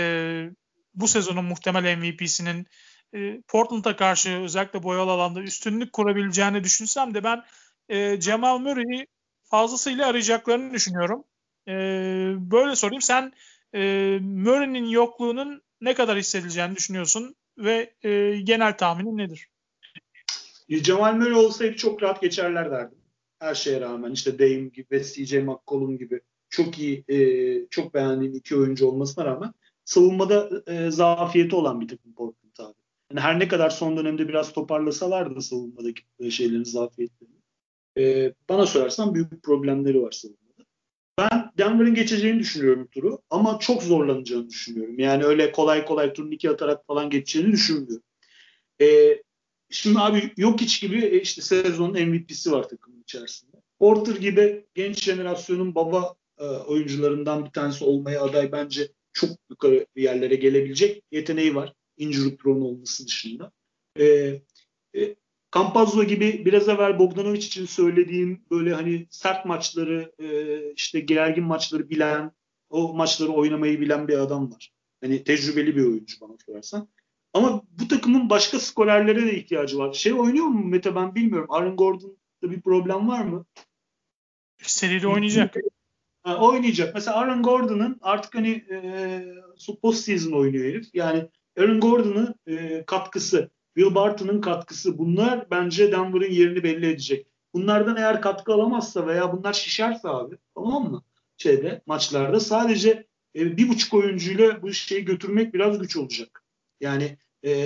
bu sezonun muhtemel MVP'sinin Portland'a karşı özellikle boyalı alanda üstünlük kurabileceğini düşünsem de ben Jamal Murray'i fazlasıyla arayacaklarını düşünüyorum. Böyle sorayım. Sen Murray'nin yokluğunun ne kadar hissedileceğini düşünüyorsun ve genel tahminin nedir? Jamal Murray olsaydı çok rahat geçerler derdim. Her şeye rağmen işte Dame gibi ve CJ McCollum gibi çok iyi, çok beğendiğim iki oyuncu olmasına rağmen savunmada zafiyeti olan bir takım Portland abi. Yani her ne kadar son dönemde biraz toparlasalar da savunmadaki şeylerin zafiyetlerini, bana sorarsan büyük problemleri var savunmada. Ben Denver'ın geçeceğini düşünüyorum turu ama çok zorlanacağını düşünüyorum. Yani öyle kolay kolay turnike atarak falan geçeceğini düşünmüyorum. Ee, Şimdi abi Jokic gibi işte sezonun MVP'si var takımın içerisinde. Porter gibi genç jenerasyonun baba oyuncularından bir tanesi olmaya aday, bence çok yukarı bir yerlere gelebilecek yeteneği var. Injury prone olması dışında. Ee, e, Campazzo gibi biraz evvel Bogdanovic için söylediğim böyle hani sert maçları, işte gergin maçları bilen, o maçları oynamayı bilen bir adam var. Hani tecrübeli bir oyuncu bana sorarsan. Ama bu takımın başka skorerlere de ihtiyacı var. Şey oynuyor mu Mete, ben bilmiyorum. Aaron Gordon'da bir problem var mı? Seride oynayacak. Oynayacak. Mesela Aaron Gordon'ın artık hani post season oynuyor herif. Yani Aaron Gordon'ın katkısı, Will Barton'ın katkısı, bunlar bence Denver'ın yerini belli edecek. Bunlardan eğer katkı alamazsa veya bunlar şişerse abi, tamam mı? Maçlarda sadece 1,5 oyuncuyla bu şeyi götürmek biraz güç olacak. Yani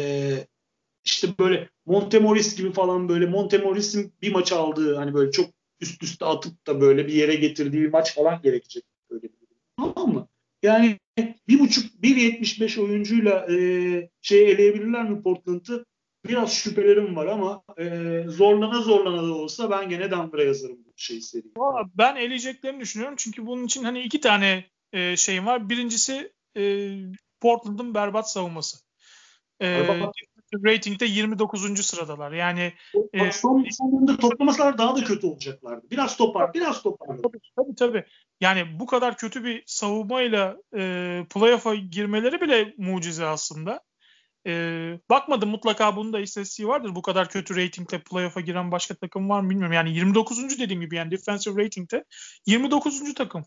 işte böyle Montemoris gibi falan, böyle Montemoris'in bir maç aldığı, hani böyle çok üst üste atıp da böyle bir yere getirdiği bir maç falan gerekecek. Böyle bir durum. Tamam mı? Yani 1,5-1,75 oyuncuyla eleyebilirler mi Portland'ı? Biraz şüphelerim var ama zorlana zorlana da olsa ben gene Denver'a yazarım bu seriyi. Valla ben eleyeceklerini düşünüyorum. Çünkü bunun için hani iki tane şeyim var. Birincisi Portland'ın berbat savunması. Bak, Rating'de 29. sıradalar. Yani bak sonunda toplamasalar daha da kötü olacaklardı. Biraz biraz toparladı. tabii. Yani bu kadar kötü bir savunmayla playoff'a girmeleri bile mucize aslında. Bakmadım, mutlaka bunun da istatistiği vardır. Bu kadar kötü ratingle playoff'a giren başka takım var mı bilmiyorum. Yani 29. dediğim gibi, yani defensive rating'te 29. takım.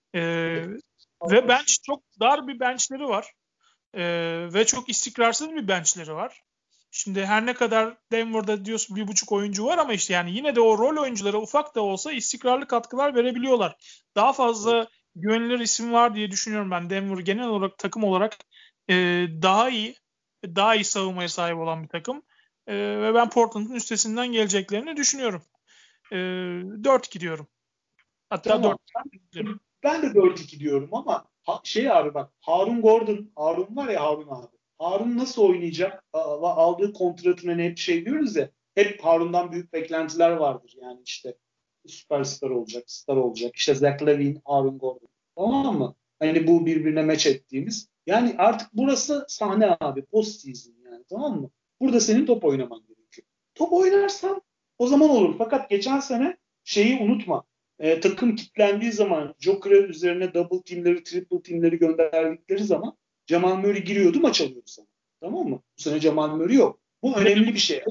Ve bench, çok dar bir benchleri var. Ve çok istikrarsız bir benchleri var. Şimdi her ne kadar Denver'da diyorsun 1,5 oyuncu var ama işte yani yine de o rol oyuncuları ufak da olsa istikrarlı katkılar verebiliyorlar. Daha fazla güvenilir isim var diye düşünüyorum ben. Denver genel olarak takım olarak e, daha iyi savunmaya sahip olan bir takım. Ve ben Portland'ın üstesinden geleceklerini düşünüyorum. 4-2 diyorum. Hatta 4 Tamam. Ben de 4-2 diyorum ama abi bak, Harun var ya, Harun abi. Harun nasıl oynayacak? Aldığı kontratın, hani hep şey diyoruz ya, hep Harun'dan büyük beklentiler vardır. Yani işte süperstar olacak, star olacak. İşte Zach LaVine, Harun Gordon. Tamam mı? Hani bu birbirine meç ettiğimiz. Yani artık burası sahne abi. Post season yani, tamam mı? Burada senin top oynaman gerekiyor. Top oynarsan o zaman olur. Fakat geçen sene şeyi unutma, takım kilitlendiği zaman, Joker'ı üzerine double teamleri, triple teamleri gönderdikleri zaman Jamal Murray giriyordu, maç alıyordu sana. Tamam mı? Bu sene Jamal Murray yok. Bu önemli bir şey.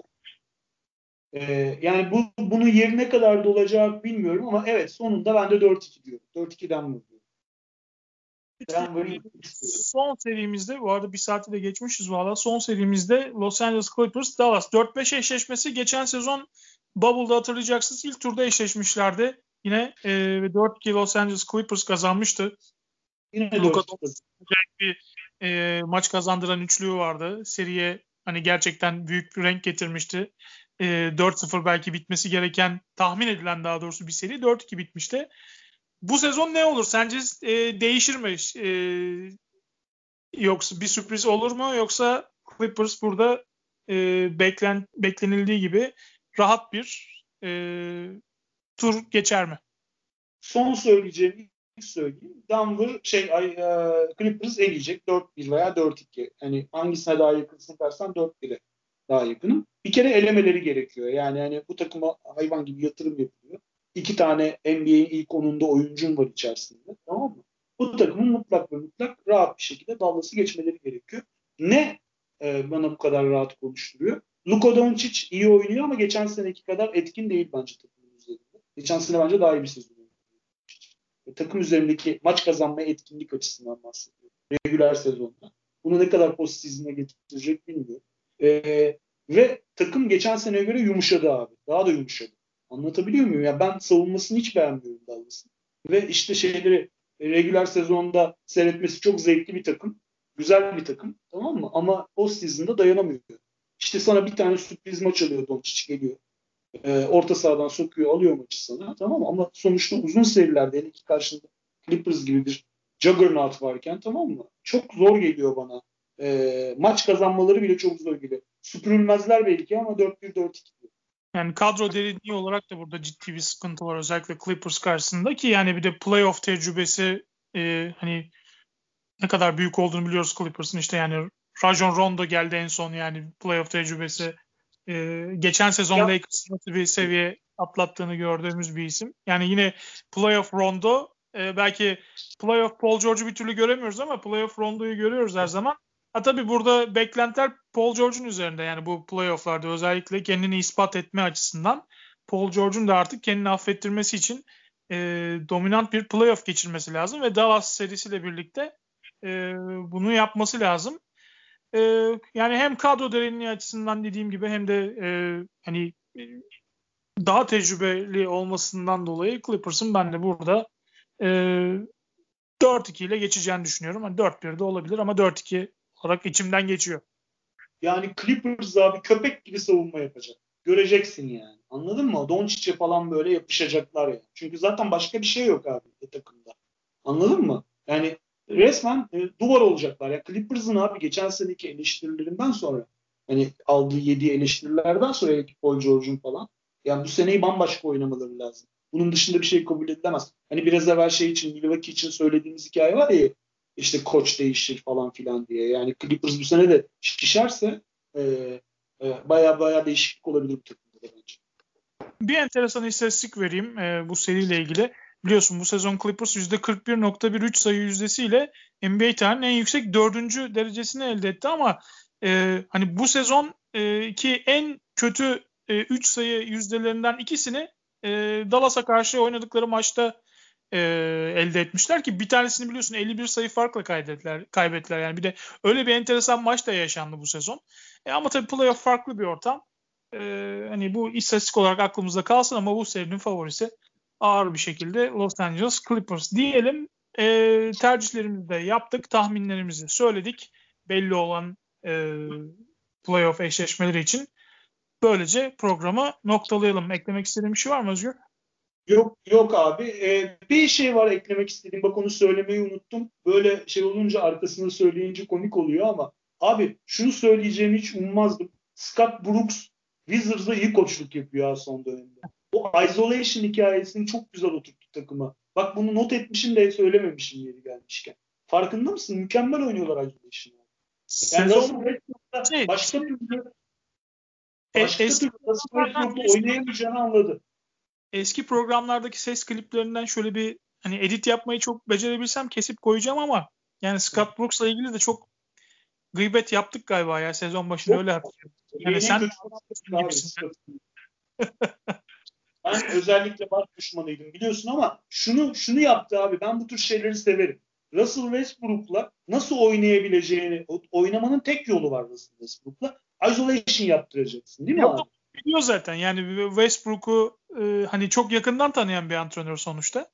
Yani bunu yerine kadar dolacak bilmiyorum ama evet, sonunda ben de 4-2 diyorum. 4-2'den mi diyorum? Denver'ı Son serimizde, bu arada bir saati de geçmişiz valla. Son serimizde Los Angeles Clippers Dallas 4-5 eşleşmesi. Geçen sezon Bubble'da hatırlayacaksınız, ilk turda eşleşmişlerdi. Yine 4-2 Los Angeles Clippers kazanmıştı. yine Luka 4-2. Doncic bir maç kazandıran üçlüğü vardı. Seriye hani gerçekten büyük bir renk getirmişti. 4-0 belki bitmesi gereken, tahmin edilen daha doğrusu bir seri 4-2 bitmişti. Bu sezon ne olur? Sence değişir mi? Yoksa bir sürpriz olur mu? Yoksa Clippers burada beklenildiği gibi rahat bir tur geçer mi? Son söyleyeceğim, ilk söyleyeyim. Clippers eleyecek 4-1 veya 4-2. Hani hangisine daha yakınsın dersen 4-1'e daha yakınım. Bir kere elemeleri gerekiyor. Yani hani bu takıma hayvan gibi yatırım yapılıyor. 2 tane NBA'in ilk 10'unda oyuncun var içerisinde. Tamam mı? Bu takımın mutlak ve mutlak rahat bir şekilde Dallas'ı geçmeleri gerekiyor. Ne bana bu kadar rahat konuşturuyor? Luka Doncic iyi oynuyor ama geçen seneki kadar etkin değil bence takımın üzerinde. Geçen sene bence daha iyi bir sezon. Takım üzerindeki maç kazanmaya etkinlik açısından bahsediyorum. Regüler sezonda. Bunu ne kadar postseason'a getirecek bilmiyorum. Ve takım geçen seneye göre yumuşadı abi. Daha da yumuşadı. Anlatabiliyor muyum? Ya ben savunmasını hiç beğenmiyorum Dallas'ın. Ve işte regüler sezonda seyretmesi çok zevkli bir takım. Güzel bir takım. Tamam mı? Ama postseason'da dayanamıyor. İşte sana bir tane sürpriz maç alıyor, Doncic geliyor. Orta sahadan sokuyor, alıyor maçı sana. Tamam mı? Ama sonuçta uzun serilerde, hele ki karşında Clippers gibi bir juggernaut varken, tamam mı? Çok zor geliyor bana. Maç kazanmaları bile çok zor geliyor. Süpürülmezler belki ama 4-1-4-2. Yani kadro derinliği olarak da burada ciddi bir sıkıntı var. Özellikle Clippers karşısında ki yani bir de playoff tecrübesi hani ne kadar büyük olduğunu biliyoruz Clippers'ın. İşte yani Rajon Rondo geldi en son, yani playoff tecrübesi. Geçen sezon Lakers'ın nasıl bir seviye atlattığını gördüğümüz bir isim. Yani yine playoff Rondo, belki playoff Paul George'u bir türlü göremiyoruz ama playoff Rondo'yu görüyoruz her zaman. Tabii burada beklentiler Paul George'un üzerinde, yani bu playoff'larda özellikle kendini ispat etme açısından Paul George'un da artık kendini affettirmesi için dominant bir playoff geçirmesi lazım ve Dallas serisiyle birlikte bunu yapması lazım. Yani hem kadro derinliği açısından dediğim gibi hem de hani daha tecrübeli olmasından dolayı Clippers'ın ben de burada 4-2 ile geçeceğini düşünüyorum. Yani 4-1 de olabilir ama 4-2 olarak içimden geçiyor. Yani Clippers abi köpek gibi savunma yapacak. Göreceksin yani. Anladın mı? Doncic'e falan böyle yapışacaklar yani. Çünkü zaten başka bir şey yok abi takımda. Anladın mı? Yani resmen duvar olacaklar. Ya Clippers'ın abi geçen seneki eleştirilerinden sonra, hani aldığı yediği eleştirilerden sonra Paul George'un falan, yani bu seneyi bambaşka oynamaları lazım. Bunun dışında bir şey kabul edilemez. Hani biraz evvel şey için, Milwaukee için söylediğimiz hikaye var ya, işte koç değişir falan filan diye. Yani Clippers bu sene de şişerse baya değişiklik olabilir bu takımda bence. Bir enteresan istatistik vereyim bu seriyle ilgili. Biliyorsun bu sezon Clippers %41.13 sayı yüzdesiyle NBA tarihinin en yüksek 4. derecesini elde etti ama hani bu sezon ki en kötü 3 sayı yüzdelerinden ikisini Dallas'a karşı oynadıkları maçta elde etmişler ki bir tanesini biliyorsun 51 sayı farkla kaybettiler. Yani bir de öyle bir enteresan maç da yaşandı bu sezon. Ama tabii playoff farklı bir ortam. Hani bu istatistik olarak aklımızda kalsın ama bu serinin favorisi ağır bir şekilde Los Angeles Clippers diyelim. Tercihlerimizi de yaptık, tahminlerimizi söyledik. Belli olan playoff eşleşmeleri için. Böylece programı noktalayalım. Eklemek istediğim bir şey var mı Özgür? Yok abi. Bir şey var eklemek istediğim. Bak onu söylemeyi unuttum. Böyle şey olunca arkasını söyleyince komik oluyor ama abi şunu söyleyeceğimi hiç ummazdım. Scott Brooks Wizards'a iyi koçluk yapıyor son dönemde. O isolation hikayesini çok güzel oturttu takıma. Bak bunu not etmişim de söylememişim yeri gelmişken. Farkında mısın? Mükemmel oynuyorlar isolation'ı. Yani Sezon başka türlü Westbrook'la oynayamayacağını anladı. Eski programlardaki ses kliplerinden şöyle bir hani edit yapmayı çok becerebilsem kesip koyacağım ama yani Scott Brooks'la ilgili de çok gıybet yaptık galiba ya sezon başında, öyle hatırlıyorum. Yani sen gibisin. Ben özellikle baş düşmanıydım biliyorsun ama şunu yaptı abi. Ben bu tür şeyleri severim. Russell Westbrook'la nasıl oynayabileceğini, oynamanın tek yolu var Russell Westbrook'la. Isolation yaptıracaksın değil mi abi? Biliyor zaten yani Westbrook'u hani çok yakından tanıyan bir antrenör sonuçta.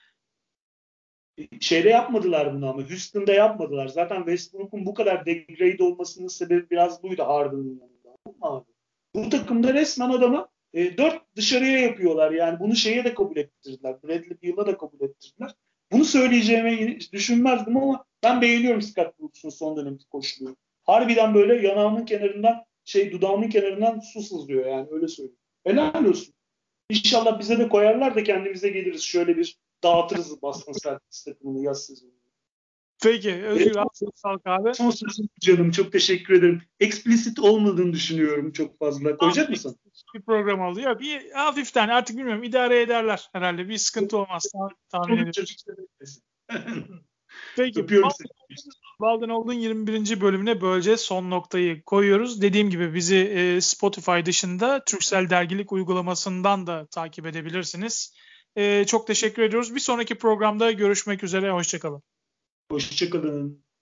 Şeyde yapmadılar bunu ama Houston'da yapmadılar. Zaten Westbrook'un bu kadar degrade olmasının sebebi biraz buydu Harden'ın yanında. Abi. Bu takımda resmen adama 4 dışarıya yapıyorlar. Yani bunu şeye de kabul ettirdiler. Bradley Beal'a da kabul ettirdiler. Bunu söyleyeceğimi düşünmezdim ama ben beğeniyorum Scott Brooks'un son dönemki koşuluğu. Harbiden böyle yanağımın kenarından dudağımın kenarından su sızlıyor yani öyle söyleyeyim. Helal olsun. İnşallah bize de koyarlar da kendimize geliriz. Şöyle bir dağıtırız Boston Celtics takımını yaz sezonu. Peki. Özgür sağlık abi. Son sözüm canım. Çok teşekkür ederim. Explicit olmadığını düşünüyorum çok fazla. Koyacak mısın? Bir program oldu. Ya bir hafiften artık bilmiyorum idare ederler herhalde. Bir sıkıntı olmaz. Tahmin ediyorum. Peki. Öpüyorum seni. Baldan Old'un 21. bölümüne böylece son noktayı koyuyoruz. Dediğim gibi bizi Spotify dışında Turkcell dergilik uygulamasından da takip edebilirsiniz. Çok teşekkür ediyoruz. Bir sonraki programda görüşmek üzere. Hoşçakalın. Hoşçakalın.